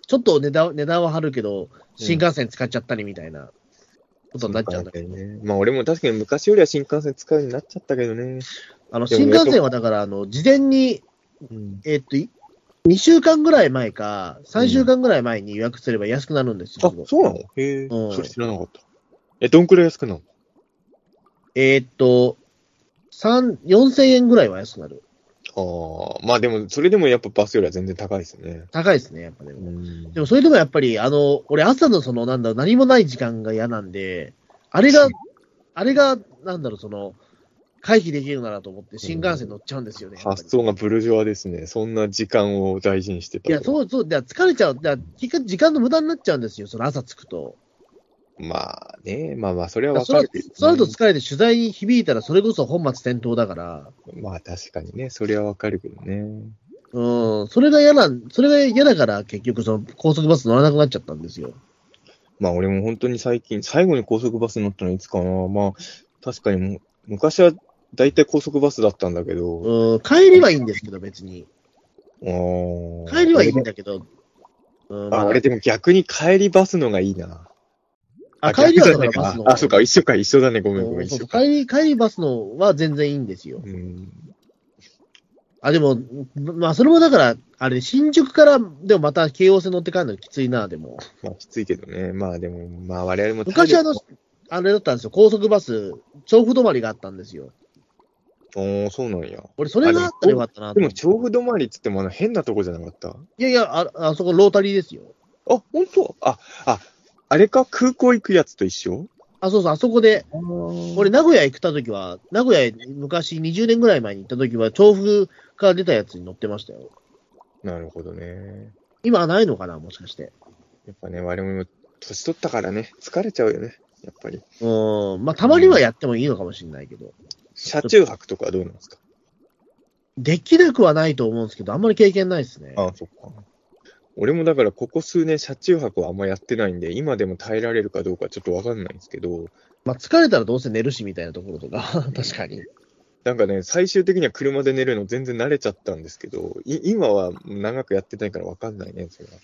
ちょっと値段値段は張るけど、新幹線使っちゃったりみたいなことになっちゃうんだけど、 ね。まあ俺も確かに昔よりは新幹線使うようになっちゃったけどね。 あの新幹線はだから、あの事前に、うん、えー、っと、にしゅうかんぐらい前か、さんしゅうかんぐらい前に予約すれば安くなるんですよ。 うん、あ、そうなの？へえ、うん、それ知らなかった。え、どんくらい安くなるの？ えー、っと、よんせんえんぐらいは安くなる。 ああ、まあでも、それでもやっぱバスよりは全然高いですね。 高いですね、やっぱでも。でもそれでもやっぱり、あの、俺朝のその、なんだろう、何もない時間が嫌なんで、あれが、あれが、なんだろう、その、回避できるならと思って新幹線乗っちゃうんですよね。 発想がブルジョワですね。そんな時間を大事にしてたと。 いや、そうそう、疲れちゃう。時間の無駄になっちゃうんですよ、その朝着くと。 まあね、まあまあ、それはわかるけど、ね。 その後疲れて取材に響いたら、それこそ本末転倒だから。 まあ確かにね、それはわかるけどね。 うん、それが嫌な、それが嫌だから、結局、その高速バス乗らなくなっちゃったんですよ。 まあ俺も本当に最近、最後に高速バス乗ったのいつかな。まあ、確かに昔は大体高速バスだったんだけど。 うん、帰りはいいんですけど、別に。 あ帰りはいいんだけど。 うん、あ、俺でも逆に帰りバスのがいいな。 あ、帰りはだからバスの。 あ、そうか、一緒か、一緒だね。ごめん、ごめん、一緒か。 帰り、帰りバスのは全然いいんですよ。うん。あ、でも、まあ、それもだから、あれ、新宿から、でもまた京王線乗って帰るのきついな、でも。 まあ、きついけどね。まあ、でも、まあ、我々も。 昔あの、あれだったんですよ、高速バス、調布止まりがあったんですよ。 おー、そうなんや。 俺、それがあったらよかったな。 でも、調布止まりっつっても、あの、変なとこじゃなかった？ いやいや、あ、あそこロータリーですよ。 あ、本当？あ、あ、あれか、空港行くやつと一緒？ あ、そうそう、あそこで、俺、名古屋行ったときは、名古屋、昔にじゅうねんぐらい前に行ったときは、調布から出たやつに乗ってましたよ。 なるほどね。 今はないのかな、もしかして。 やっぱね、我々も年取ったからね、疲れちゃうよね、やっぱり。 うん、まあ、たまにはやってもいいのかもしれないけど。 車中泊とかはどうなんですか？ できなくはないと思うんですけど、あんまり経験ないですね。 ああ、そっか。俺もだからここ数年車中泊はあんまやってないんで、今でも耐えられるかどうかちょっとわかんないんですけど。 まあ疲れたらどうせ寝るしみたいなところとか、確かに。 なんかね、最終的には車で寝るの全然慣れちゃったんですけど、い今は長くやってないからわかんないね、それは。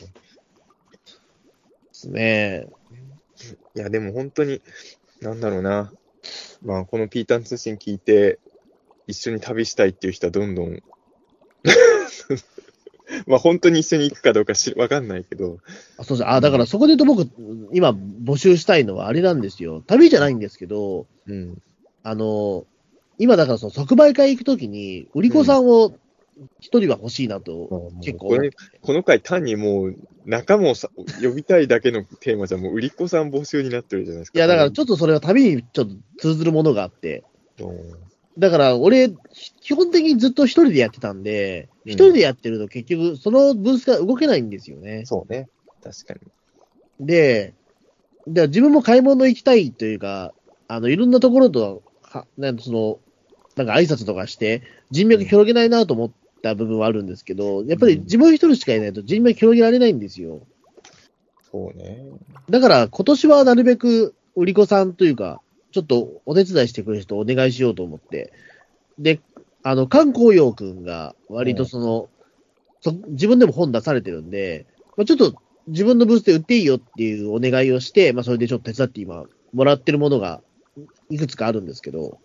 ですね。 いや、でも本当に、なんだろうな。まあ、このピータン通信聞いて、一緒に旅したいっていう人はどんどん、まあ本当に一緒に行くかどうかしわかんないけど。 あ、そうです。あ、だからそこで言うと僕、今募集したいのはあれなんですよ。旅じゃないんですけど、うん、あの、今だからその即売会行くときに、売り子さんを一人は欲しいなと、うん、結構これ。この回単にもう仲間をさ呼びたいだけのテーマじゃもう売り子さん募集になってるじゃないですか。 いや、だからちょっとそれは旅にちょっと通ずるものがあって、うん、だから俺、基本的にずっと一人でやってたんで、一、うん、人でやってると結局そのブースが動けないんですよね。 そうね。確かに。 で、で自分も買い物行きたいというか、あの、いろんなところと、はなんその、なんか挨拶とかして、人脈広げないなと思った部分はあるんですけど、やっぱり自分一人しかいないと人脈広げられないんですよ。 そうね。 だから今年はなるべく売り子さんというか、ちょっとお手伝いしてくれる人をお願いしようと思って。で、あの、関光陽くんが割とその、うん、そ自分でも本出されてるんで、まあ、ちょっと自分のブースで売っていいよっていうお願いをして、まあそれでちょっと手伝って今、もらってるものがいくつかあるんですけど。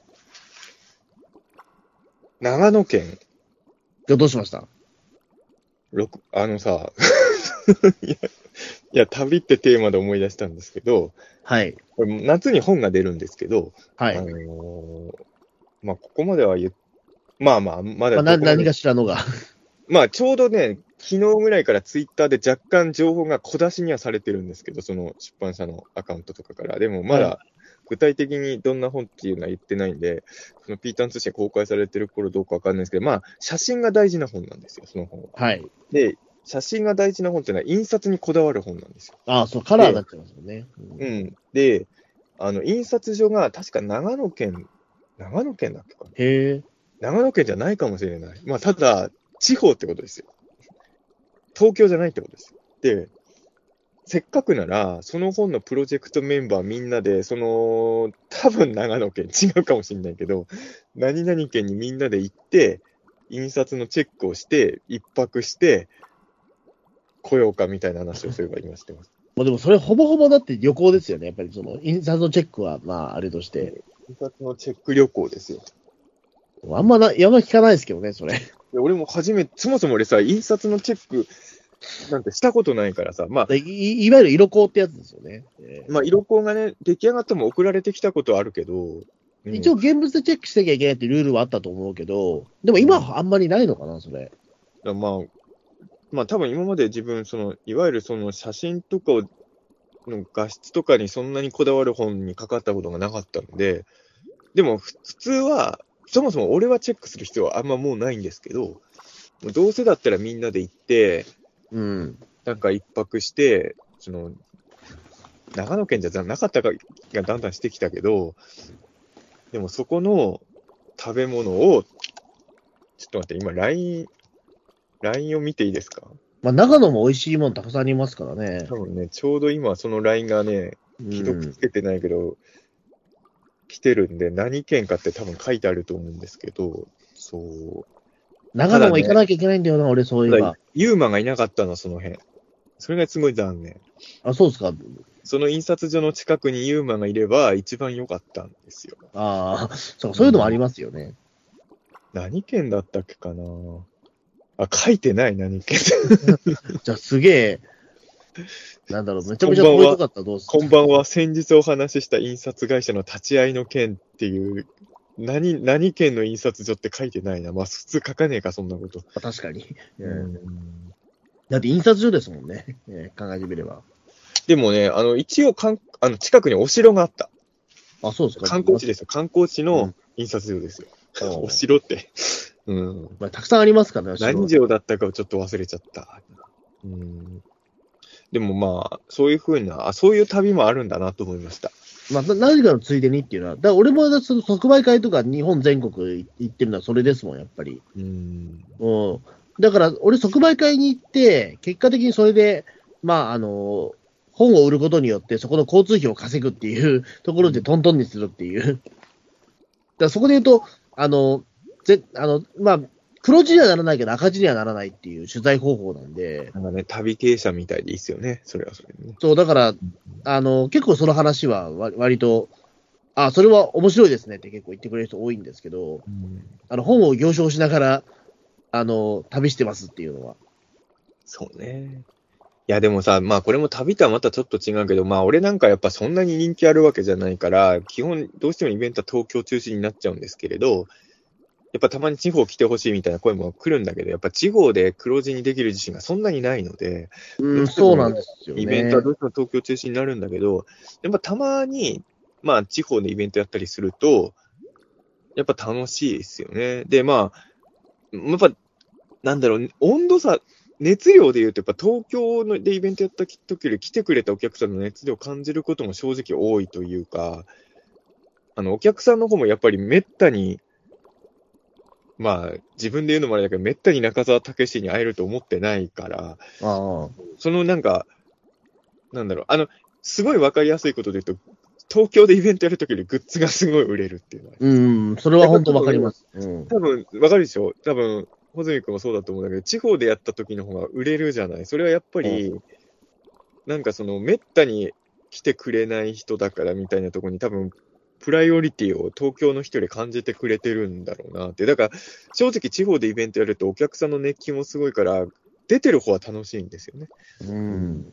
長野県。 どうしました？ あのさいや、いや、旅ってテーマで思い出したんですけど、 はい。 これ夏に本が出るんですけど、 はい。 あのー、まあ、ここまでは言っ、まあまあ、まだまあ、何かしらのが。 まあ、ちょうどね、昨日ぐらいからツイッターで若干情報が小出しにはされてるんですけど、その出版社のアカウントとかから。でもまだ具体的にどんな本っていうのは言ってないんで、そのピータン通信公開されてる頃どうかわかんないですけど、まあ、写真が大事な本なんですよ、その本は。 はい。 で、写真が大事な本っていうのは印刷にこだわる本なんですよ。 ああ、そう、カラーになっちゃいますよね。 うん。うん。で、あの、印刷所が確か長野県、長野県だっけかな。 へえ。 長野県じゃないかもしれない。まあ、ただ、地方ってことですよ。東京じゃないってことですよ。で、せっかくなら、その本のプロジェクトメンバーみんなで、その、多分長野県、違うかもしれないけど、何々県にみんなで行って、印刷のチェックをして、一泊して、 来ようかみたいな話をすれば今してます。 まあでもそれほぼほぼだって旅行ですよね。やっぱりその印刷のチェックはまああれとして。 印刷のチェック旅行ですよ。 あんまな、あんま聞かないですけどね、それ。 俺も初めて、そもそも俺さ、印刷のチェックなんてしたことないからさ、まあ、 い, いわゆる色香ってやつですよね。 えー、まあ、色香がね、出来上がっても送られてきたことはあるけど、 うん、一応現物でチェックしなきゃいけないっていうルールはあったと思うけど、でも今はあんまりないのかな、それ。 まあ、まあ、多分今まで自分、その、いわゆるその写真とかを、の画質とかにそんなにこだわる本にかかったことがなかったので、でも普通は、そもそも俺はチェックする必要はあんまもうないんですけど、どうせだったらみんなで行って、 うん、 なんか一泊して、その、長野県じゃなかったかがだんだんしてきたけど、でもそこの食べ物を、ちょっと待って、今 ライン、ライン を見ていいですか？ まあ、長野も美味しいものたくさんありますからね。 多分ね、ちょうど今その ライン がね、既読つけてないけど、うん、来てるんで、何県かって多分書いてあると思うんですけど、そう。 長野も行かなきゃいけないんだよな、ね、俺そういえば。 ユーマがいなかったの、その辺。それがすごい残念。 あ、そうですか。 その印刷所の近くにユーマがいれば一番良かったんですよ。 ああ、そう、そういうのもありますよね。 うん、何県だったっけかなあ、書いてない、何県。 じゃあすげえ、なんだろう、めちゃめちゃ遠いとかったらどうする？ こんばんは、先日お話しした印刷会社の立ち会いの件っていう、何、何県の印刷所って書いてないな。まあ、普通書かねえか、そんなこと。 確かに。 うん、 だって印刷所ですもんね、えー、考えてみれば。 でもね、あの、一応かん、あの、近くにお城があった。 あ、そうですか。 観光地ですよ。観光地の印刷所ですよ。うん、お城って。うん。 まあ、たくさんありますからね、 何城だったかをちょっと忘れちゃった。うん。でもまあ、そういうふうな、あ、そういう旅もあるんだなと思いました。 まあ、何かのついでにっていうのは、だから俺もその即売会とか日本全国行ってるのはそれですもん、やっぱり。 うん。 うん。だから、俺即売会に行って、結果的にそれで、まあ、あの、本を売ることによって、そこの交通費を稼ぐっていうところでトントンにするっていう。だからそこで言うと、あの、ぜあの、まあ、黒字にはならないけど赤字にはならないっていう取材方法なんで。 なんかね、旅経営者みたいでいいっすよね。それはそれでね。 そう、だから、あの、結構その話は割と、あ、それは面白いですねって結構言ってくれる人多いんですけど、うん、あの、本を行商しながら、あの、旅してますっていうのは。 そうね。いや、でもさ、まあこれも旅とはまたちょっと違うけど、まあ俺なんかやっぱそんなに人気あるわけじゃないから、基本どうしてもイベントは東京中心になっちゃうんですけれど、やっぱたまに地方来てほしいみたいな声も来るんだけど、やっぱ地方で黒字にできる自信がそんなにないので、 うん、そうなんですよね。 イベントはどうしても東京中心になるんだけど、やっぱたまに、まあ地方でイベントやったりすると、やっぱ楽しいですよね。で、まあ、やっぱ、なんだろう、温度差、熱量で言うと、やっぱ東京のでイベントやった時より来てくれたお客さんの熱量を感じることも正直多いというか、あの、お客さんの方もやっぱりめったに、まあ、自分で言うのもあれだけど、めったに中澤武史に会えると思ってないから、 ああそのなんか、なんだろう、あの、すごいわかりやすいことで言うと、東京でイベントやるときよりグッズがすごい売れるっていうのは。 うん、それは本当わかります。うん、 多分、わかるでしょ？多分、穂積君もそうだと思うんだけど、地方でやった時の方が売れるじゃない。それはやっぱり、うん、なんかその、めったに来てくれない人だからみたいなところに多分、プライオリティを東京の人で感じてくれてるんだろうなって。だから、正直地方でイベントやるとお客さんの熱気もすごいから、出てる方は楽しいんですよね。 うん。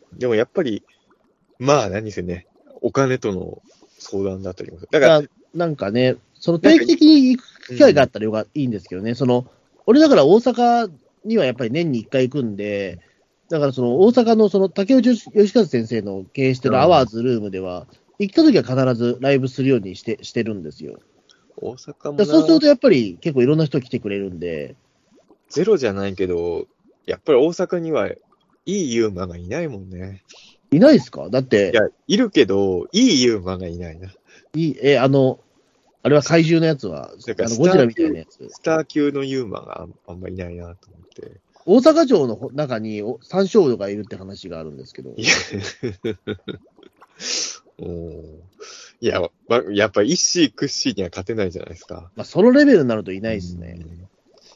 でもやっぱり、まあ何せね、お金との相談だったりもする。だから、 なんかね、その定期的に行く機会があったらよか、いいんですけどね、その、俺だから大阪にはやっぱり年にいっかい行くんで、だからその大阪のその竹内義和先生の経営してるアワーズルームでは、行った時は必ずライブするようにしてしてるんですよ。 大阪もそうするとやっぱり結構いろんな人来てくれるんで。 ゼロじゃないけど、やっぱり大阪にはいいユーマがいないもんね。 いないですか？だって。 いや、いるけど、いいユーマがいないな。 いい、え、あの、あれは怪獣のやつは、あのゴジラみたいなやつ。 スター級のユーマがあんまりいないなと思って。 大阪城の中に山椒魚がいるって話があるんですけど。 いや、おいや、やっぱ一子屈指には勝てないじゃないですか。 まあ、そのレベルになるといないですね。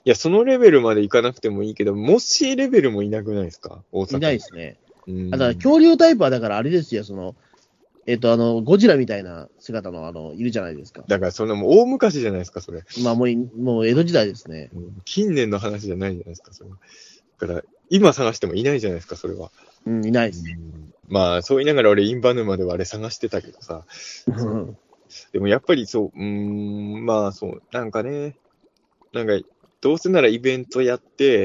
や、そのレベルまでいかなくてもいいけど、モッシーレベルもいなくないですか、大阪。 いないですね。 うん。 だから恐竜タイプはだからあれですよ、その、えっ、と、あの、ゴジラみたいな姿の、あの、いるじゃないですか。 だから、そのもう大昔じゃないですか、それ。 まあ、もうい、もう江戸時代ですね。 うん近年の話じゃないじゃないですか、それ。だから、今探してもいないじゃないですか、それは。 うん、いないですね。 まあ、そう言いながら俺、インバ沼ではあれ探してたけどさ。 うんでもやっぱりそう、うーん、まあそう、なんかね、なんか、どうせならイベントやって、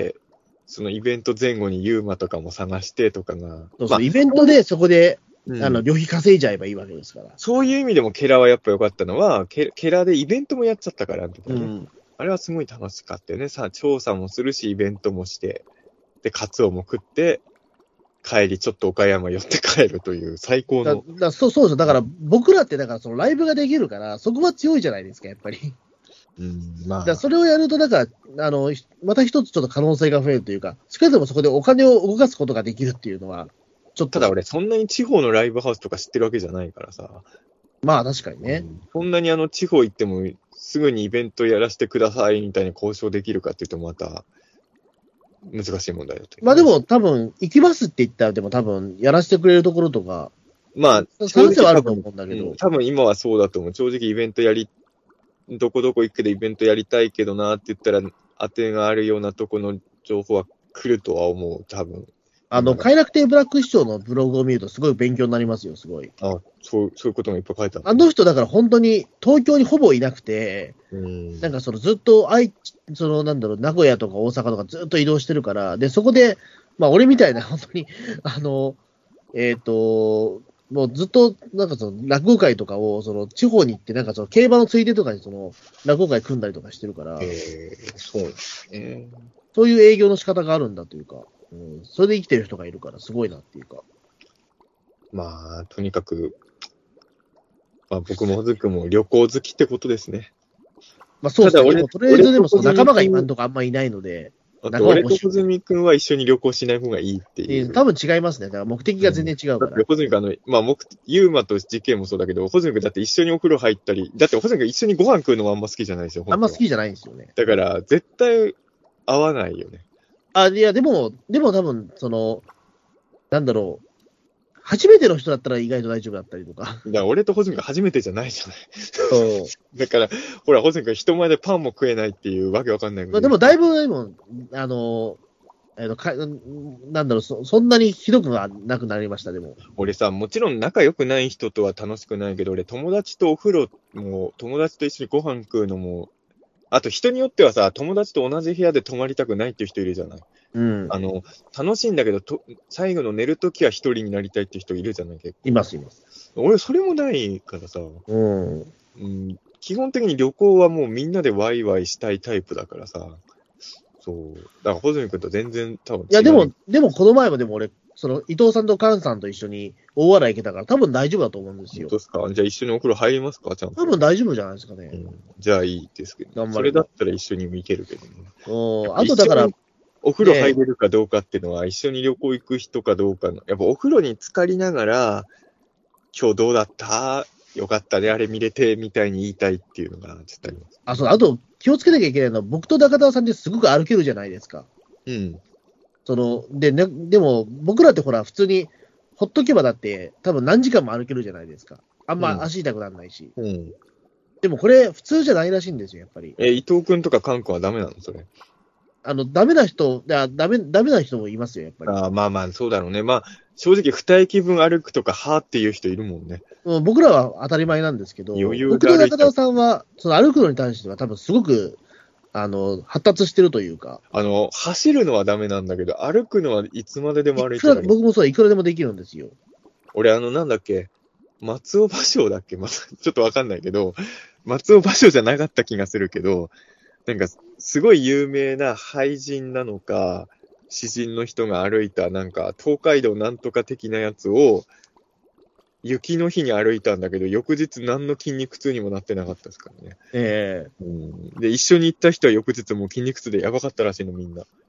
そのイベント前後にユーマとかも探してとかが、 そうそう、 まあ、 イベントでそこで、 うんあの、旅費稼いじゃえばいいわけですから。 そういう意味でもケラはやっぱ良かったのは、ケケラでイベントもやっちゃったから、あの時はねうん。 あれはすごい楽しかったよね。さあ、調査もするし、イベントもして、で、カツオも食って、帰りちょっと岡山寄って帰るという最高だの。 だそうそうですよ。だから僕らって、だからそのライブができるから、そこは強いじゃないですか、やっぱり。 うん、まあだから、それをやると、だから、あの、ひまた一つちょっと可能性が増えるというか、少なくともそこでお金を動かすことができるっていうのは、ちょっと。 ただ俺、そんなに地方のライブハウスとか知ってるわけじゃないからさ。 まあ確かにね。 うんそんなにあの地方行っても、すぐにイベントやらせてくださいみたいに交渉できるかっていうと、また難しい問題だと。 まあでも多分、行きますって言ったら、でも多分、やらせてくれるところとか、 まあ、 探せはあると多分思うんだけど、 うん多分今はそうだと思う。正直イベントやり、どこどこ行くけどイベントやりたいけどなって言ったら、当てがあるようなとこの情報は来るとは思う、多分。 あの、 今快楽亭ブラック市長のブログを見るとすごい勉強になりますよ、すごい。 あそうそういうこともいっぱい書いてある。 あの人だから本当に東京にほぼいなくて、 うんなんかそのずっと愛知、そのなんだろう、名古屋とか大阪とかずっと移動してるから、で、そこで、まあ俺みたいな本当に、あの、えっ、と、もうずっとなんかその落語会とかをその地方に行って、なんかその競馬のついでとかにその落語会組んだりとかしてるから、 えー、そうですね。 そういう営業の仕方があるんだというか、うん、それで生きてる人がいるからすごいなっていうか。 まあ、とにかく、まあ僕もずくも旅行好きってことですね。 まあそうですね。 ただ俺でもとりあえずでもその俺と仲間が今んとこあんまいないので、 あ仲間欲しいと俺と小泉君は一緒に旅行しない方がいいっていう。 多分違いますね。だから目的が全然違うから。 だって、ホズミ君、あの、まあ、目的、ユーマと事件もそうだけど、ホズミ君だって一緒にお風呂入ったり、だってホズミ君一緒にご飯食うのもあんま好きじゃないですよ、き。 あんま好きじゃないんですよね。 だから、絶対合わないよね。 あ、いや、でも、でも多分、その、なんだろう。初めての人だったら意外と大丈夫だったりとか。 だから、俺とホズミ君初めてじゃないじゃない。 そう。 だから、ほら、ホズミ君人前でパンも食えないっていうわけわかんないまあ、でも、だいぶ、でも、あの、えっとかなんだろうそ、そんなにひどくはなくなりました、でも。 俺さ、もちろん仲良くない人とは楽しくないけど、俺友達とお風呂も、友達と一緒にご飯食うのも、あと人によってはさ、友達と同じ部屋で泊まりたくないっていう人いるじゃない。 うん。 あの、楽しいんだけど、と最後の寝るときは一人になりたいっていう人いるじゃない結構。 います、います。 俺、それもないからさ、 うん。 うん、基本的に旅行はもうみんなでワイワイしたいタイプだからさ、そう。だから、穂積君と全然多分違う。 いや、でも、でも、この前もでも俺、その、伊藤さんと菅さんと一緒に大洗行けたから、多分大丈夫だと思うんですよどう。ですか？じゃあ一緒にお風呂入りますか？ちゃんと。 多分大丈夫じゃないですかね。 うん、じゃあいいですけど、 頑張ればそれだったら一緒にも行けるけどね。 うん。あと、だから一緒に、お風呂入れるかどうかっていうのは、一緒に旅行行く人かどうかの、やっぱお風呂に浸かりながら、今日どうだったよかったね、あれ見れて、みたいに言いたいっていうのが、ちょっとあります。 あ、そう、あと、気をつけなきゃいけないのは、僕と中田さんってすごく歩けるじゃないですか。 うん。 その、で、ね、でも、僕らってほら、普通に、ほっとけばだって、多分何時間も歩けるじゃないですか。あんま足痛くならないし。 うん。 でもこれ、普通じゃないらしいんですよ、やっぱり。 え、伊藤君とかカン君はダメなのそれ。 あの、ダメな人、だダメ、ダメな人もいますよ、やっぱり。 あまあまあ、そうだろうね。まあ、正直、二駅分歩くとか、はーっていう人いるもんね。 うん、僕らは当たり前なんですけど、 余裕僕とで歩いちゃう中田さんは、その歩くのに対しては多分すごく、あの、発達してるというか。 あの、走るのはダメなんだけど、歩くのはいつまででも歩いいくらてたり。 僕もそう、いくらでもできるんですよ。 俺、あの、なんだっけ、松尾芭蕉だっけ、ま、ちょっとわかんないけど、松尾芭蕉じゃなかった気がするけど、なんか、すごい有名な俳人なのか、詩人の人が歩いた、なんか、東海道なんとか的なやつを、雪の日に歩いたんだけど、翌日何の筋肉痛にもなってなかったですからね。 ええうん、で、一緒に行った人は翌日もう筋肉痛でやばかったらしいの、みんな。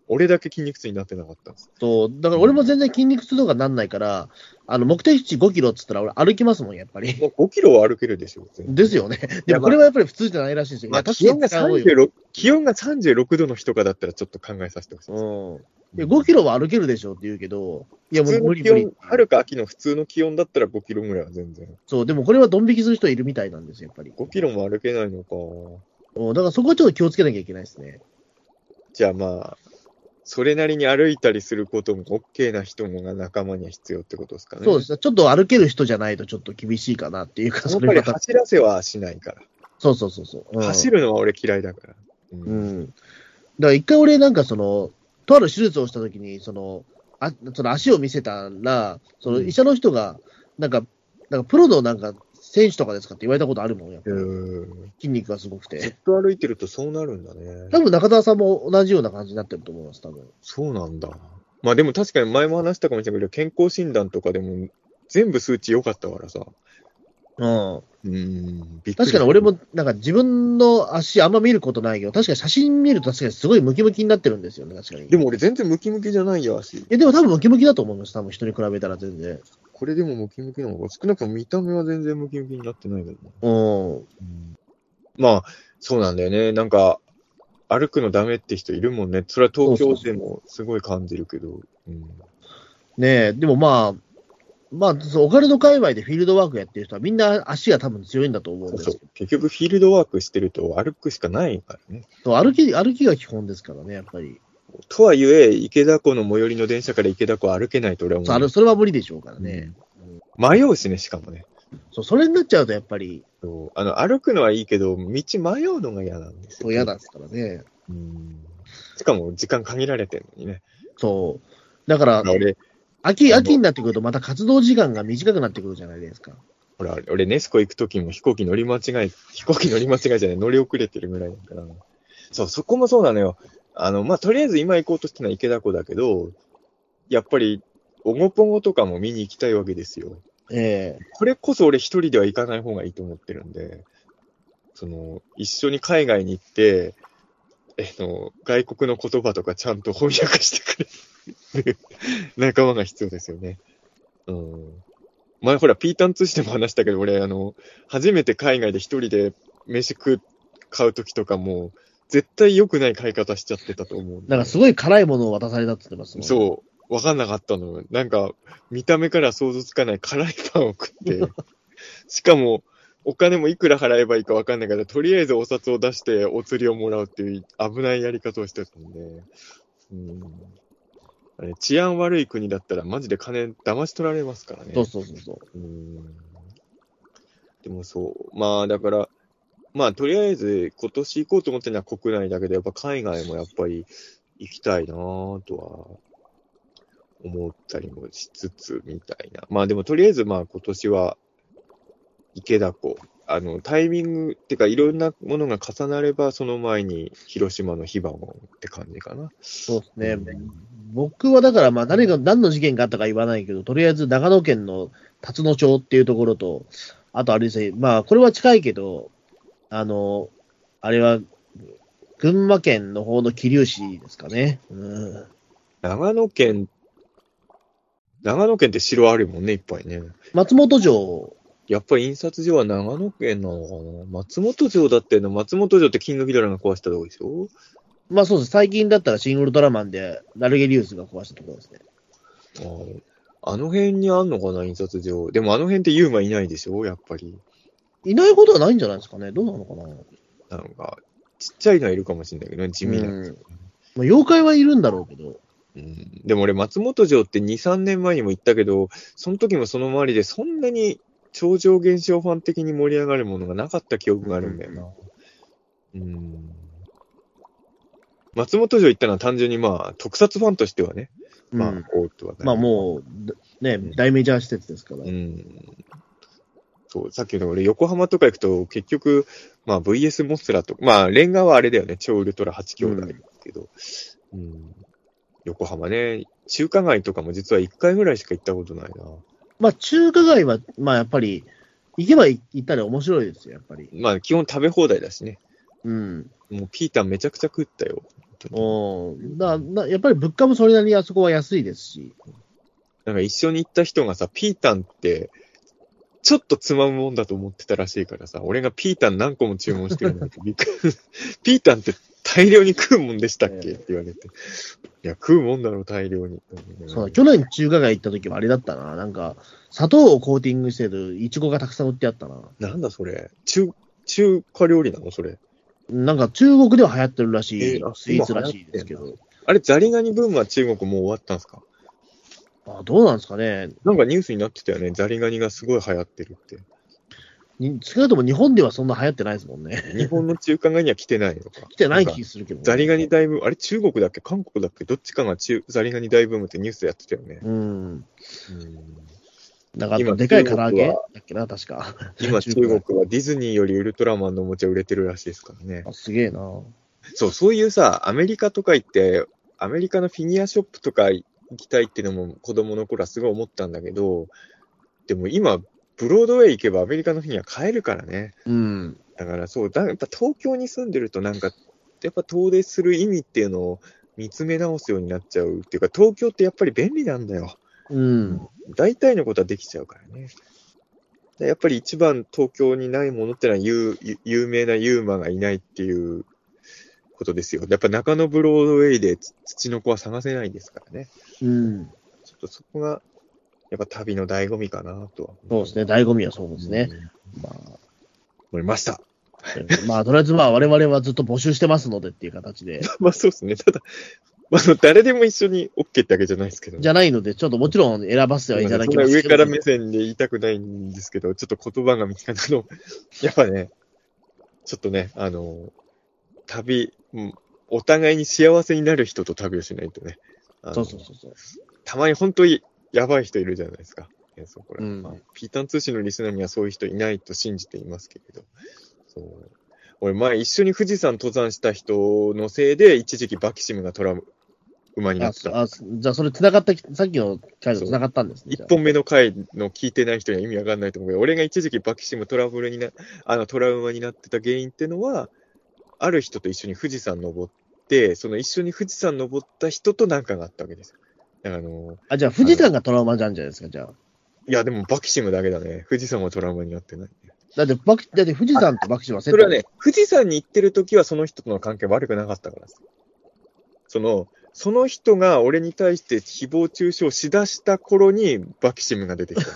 俺だけ筋肉痛になってなかったんです。 そう、だから俺も全然筋肉痛とかなんないから、あの、目的地ごキロっつったら俺歩きますもん、やっぱり。 もうごキロは歩けるでしょ。 ですよね。でもこれはやっぱり普通じゃないらしいんですよ。 まあ、 いや、 気温が確かにさんじゅうろく、気温がさんじゅうろくどの人かだったらちょっと考えさせてほしいです。 うん。いや、ごキロは歩けるでしょって言うけど、いや、もう無理無理。 春か秋の普通の気温だったらごキロぐらいは全然。 そう、でもこれはドン引きする人いるみたいなんですよ、やっぱり。 ごキロも歩けないのか。 うん、だからそこはちょっと気をつけなきゃいけないですね。 じゃあまあ、それなりに歩いたりすることも OK な人もが仲間には必要ってことですかね。 そうですね。ちょっと歩ける人じゃないとちょっと厳しいかなっていうか、 やっぱり走らせはしないから。 そうそうそうそう、 うん。走るのは俺嫌いだから。 うん。うん、だから一回俺なんかその、とある手術をしたときに、その、あその足を見せたら、その医者の人が、なんか、なんかプロのなんか選手とかですかって言われたことあるもん、やっぱり。筋肉がすごくて。 ずっと歩いてるとそうなるんだね。 多分中澤さんも同じような感じになってると思います、多分。 そうなんだ。まあでも確かに前も話したかもしれないけど、健康診断とかでも全部数値良かったからさ。 うん。 うん。 確かに俺もなんか自分の足あんま見ることないけど、確かに写真見ると確かにすごいムキムキになってるんですよね、確かに。 でも俺全然ムキムキじゃないよ、足。いや、でも多分ムキムキだと思います、多分人に比べたら全然。 これでもムキムキなのか、少なくとも見た目は全然ムキムキになってないけどな。うん。まあ、そうなんだよね。なんか、歩くのダメって人いるもんね。それは東京でもすごい感じるけど。うん、 ねえ、でもまあ、まあ、オカルト界隈でフィールドワークやってる人はみんな足が多分強いんだと思うんですよ。 そうそう。結局フィールドワークしてると歩くしかないからね。 そう、歩き、歩きが基本ですからね、やっぱり。 とはいえ、池田湖の最寄りの電車から池田湖歩けないと俺は思う。 そう、それは無理でしょうからね。 うん、迷うしね、しかもね。 そう、それになっちゃうとやっぱり。 そうあの歩くのはいいけど、道迷うのが嫌なんですよ。 そう、嫌なんですからね。 うん。しかも時間限られてるのにね。 そう。だから、俺、秋、秋になってくるとまた活動時間が短くなってくるじゃないですか。 ほら、俺ネスコ行くときも飛行機乗り間違え、飛行機乗り間違いじゃない、乗り遅れてるぐらいだから。そう、そこもそうなのよ。あの、まあ、とりあえず今行こうとしてのは池田湖だけど、やっぱり、オゴポゴとかも見に行きたいわけですよ。 ええー。 これこそ俺一人では行かない方がいいと思ってるんで、その、一緒に海外に行って、えの、外国の言葉とかちゃんと翻訳してくれる仲間が必要ですよね。うん。前ほら、ピータン通しても話したけど、俺、あの、初めて海外で一人で飯食う、買うときとかも、絶対良くない買い方しちゃってたと思う。 なんかすごい辛いものを渡されたって言ってますもんね。 そう。わかんなかったの。なんか、見た目から想像つかない辛いパンを食って、しかも、お金もいくら払えばいいかわかんないから、とりあえずお札を出してお釣りをもらうっていう危ないやり方をしてたんで、うん、あれ治安悪い国だったらマジで金騙し取られますからね。 そうそうそうそう。 うん、でもそう。まあだから、まあとりあえず今年行こうと思ってるのは国内だけど、やっぱ海外もやっぱり行きたいなぁとは思ったりもしつつみたいな。まあでもとりあえずまあ今年は池田湖。あの、タイミングってかいろんなものが重なれば、その前に広島の火花をって感じかな。 そうですね。うん、僕はだから、まあ何が、何の事件があったか言わないけど、とりあえず長野県の辰野町っていうところと、あとあれですね、まあこれは近いけど、あの、あれは、群馬県の方の桐生市ですかね。うん、 長野県、長野県って城あるもんね、いっぱいね。 松本城。 やっぱり印刷所は長野県なのかな。松本城だっての、松本城ってキングギドラが壊したとこでしょ。 まあそうです。最近だったらシン・ウルトラマンでラルゲリウスが壊したところですね。 ああ、あの辺にあんのかな、印刷所。でもあの辺ってユーマいないでしょ、やっぱり。 いないことはないんじゃないですかね。どうなのかな。 なんか、ちっちゃいのはいるかもしれないけどね、地味な。うん、 まあ、妖怪はいるんだろうけど。 うん、でも俺、松本城ってに、さんねんまえにも行ったけど、その時もその周りでそんなに超常現象ファン的に盛り上がるものがなかった記憶があるんだよな。うん。うん松本城行ったのは単純にまあ、特撮ファンとしてはね。まあ、こうとはね。 まあもう、ね、大メジャー施設ですから。 うん。そう、さっきの俺、横浜とか行くと、結局、まあ ブイエス モスラとか、まあ、レンガはあれだよね、超ウルトラはち兄弟ですけど、うん、うん。横浜ね、中華街とかも実はいっかいぐらいしか行ったことないな。 まあ、中華街は、まあやっぱり、行けば行ったら面白いですよ、やっぱり。 まあ、基本食べ放題だしね。 うん。 もうピータンめちゃくちゃ食ったよ。 当に。 うん。だだやっぱり物価もそれなりにあそこは安いですし。 なんか一緒に行った人がさ、ピータンって、ちょっとつまむもんだと思ってたらしいからさ、俺がピータン何個も注文してるんだけど、びっくりピータンって大量に食うもんでしたっけって言われて。いや、食うもんだろ、大量に。 そうだ、去年中華街行った時はあれだったな。なんか、砂糖をコーティングしてるイチゴがたくさん売ってあったな。 なんだそれ。中、中華料理なのそれ。 なんか中国では流行ってるらしいえーあスイーツらしいですけど。 あれ、ザリガニブームは中国もう終わったんですか？ あ、どうなんですかね。 なんかニュースになってたよね。ザリガニがすごい流行ってるって。 に少なくとも日本ではそんな流行ってないですもんね。 日本の中華街には来てないのか。 来てないなんか気するけど、ね。 ザリガニ大ブーム、あれ中国だっけ韓国だっけどっちかが中ザリガニ大ブームってニュースでやってたよね。 うん。 うんなんか、 今でかい唐揚げ中国はだっけな、確か。 今中国はディズニーよりウルトラマンのおもちゃ売れてるらしいですからね。 あ、すげえな。 そう、そういうさ、アメリカとか行って、アメリカのフィギュアショップとか行きたいっていうのも子供の頃はすごい思ったんだけど、でも今、ブロードウェイ行けばアメリカのフィギュア買えるからね。 うん。 だからそうだ、やっぱ東京に住んでるとなんか、やっぱ遠出する意味っていうのを見つめ直すようになっちゃうっていうか、東京ってやっぱり便利なんだよ。 うん。 大体のことはできちゃうからね。でやっぱり一番東京にないものってのは有有名なユーマがいないっていうことですよ。やっぱ中野ブロードウェイで土の子は探せないですからね。 うん。 ちょっとそこが、やっぱ旅の醍醐味かなとは。 そうですね。醍醐味はそうですね。 うんま思いました。 あ、まあ、とりあえずまあ、我々はずっと募集してますのでっていう形で。 まあそうですね。ただ、まあ、誰でも一緒に OK ってわけじゃないですけど。 じゃないので、ちょっともちろん選ばせてはいただきますそんな上けど。 から目線で言いたくないんですけど、ちょっと言葉が見つからないの。やっぱね、ちょっとね、あの、旅、うん、お互いに幸せになる人と旅をしないとね。 そうそうそうそう。 たまに本当にやばい人いるじゃないですか。そうこれうんまあ、ピータン通信のリスナーにはそういう人いないと信じていますけれど。そう俺前一緒に富士山登山した人のせいで一時期バキシムがトラ馬になってた。 ああじゃあそれ繋がった、さっきの回と繋がったんですね。 一本目の回の聞いてない人には意味わかんないと思うけど、俺が一時期バキシムトラブルにな、あのトラウマになってた原因ってのは、ある人と一緒に富士山登って、その一緒に富士山登った人と仲があったわけですよ。だからあのあ、じゃあ富士山がトラウマなんじゃないですか、じゃあ。 いや、でもバキシムだけだね。富士山はトラウマになってない。 だってバキ、だって富士山とバキシムはセット。 それはね、富士山に行ってる時はその人との関係悪くなかったからです。その、その人が俺に対して誹謗中傷しだした頃にバキシムが出てきた。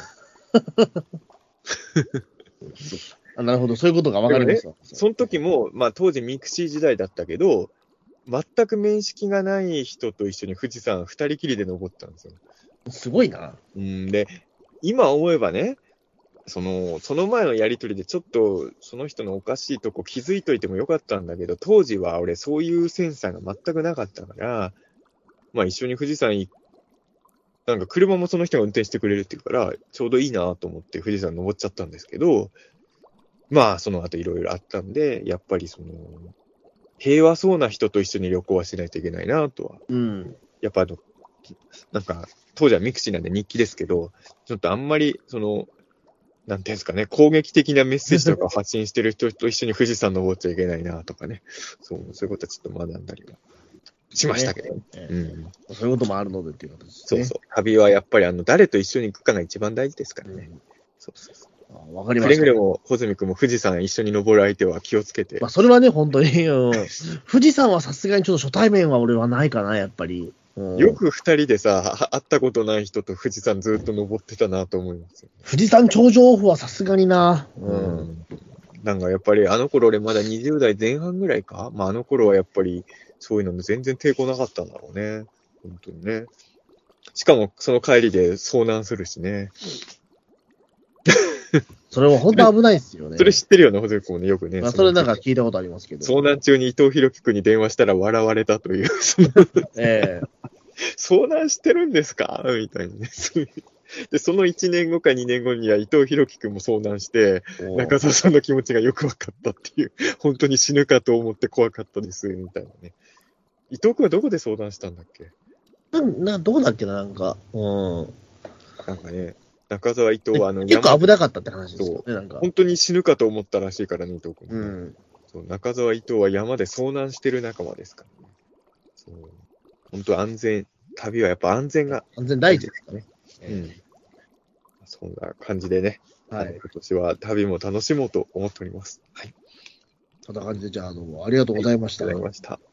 あ、なるほど、そういうことが分かりました。 ね、その時も、まあ当時ミクシー時代だったけど、全く面識がない人と一緒に富士山二人きりで登ったんですよ。 すごいな。 うんで、今思えばね、その、その前のやりとりでちょっとその人のおかしいとこ気づいといてもよかったんだけど、当時は俺そういうセンサーが全くなかったから、まあ一緒に富士山行なんか車もその人が運転してくれるっていうから、ちょうどいいなと思って富士山登っちゃったんですけど、まあその後いろいろあったんで、やっぱりその、平和そうな人と一緒に旅行はしないといけないなとは。 うん。 やっぱあの、なんか、当時はミクシーなんで日記ですけど、ちょっとあんまり、その、なんていうんですかね、攻撃的なメッセージとかを発信してる人と一緒に富士山登っちゃいけないなとかね、そう、そういうことはちょっと学んだりはしましたけど、ねねうん、 そういうこともあるのでっていうことですね。 そうそう。旅はやっぱりあの、誰と一緒に行くかが一番大事ですからね。うん、そうそうそう。 わかりました。 くれぐれも、穂積君も富士山一緒に登る相手は気をつけて。 まあ、それはね、本当に、うん、富士山はさすがにちょっと初対面は俺はないかな、やっぱり。うん、 よく二人でさ、会ったことない人と富士山ずっと登ってたなと思いますよ、ね。 富士山頂上オフはさすがにな。 うん。うん、なんかやっぱりあの頃俺まだにじゅう代前半ぐらいか。まああの頃はやっぱりそういうの全然抵抗なかったんだろうね。本当にね。しかもその帰りで遭難するしね。 それは本当危ないですよね。 それ知ってるよね、ホゼ君もね、よくね。 まあ、それなんか聞いたことありますけど。 遭難中に伊藤博樹君に電話したら笑われたという。 ええ遭難してるんですかみたいにね。で、そのいちねんごかにねんごには伊藤博樹君も遭難して、中澤さんの気持ちがよく分かったっていう、本当に死ぬかと思って怖かったです、みたいなね。伊藤君はどこで遭難したんだっけななどこだっけな、なんか。うん。 なんかね、中澤伊藤はあの結構危なかったって話ですよね、なんか。 本当に死ぬかと思ったらしいからね、伊藤君、ね。 うん。 そう中澤伊藤は山で遭難してる仲間ですからね。 そう本当安全、旅はやっぱ安全が安全第一ですかね。 うん。そんな感じでね、 はい。 今年は旅も楽しもうと思っております。はい。 そんな感じで、じゃあどうもありがとうございました。 ありがとうございました。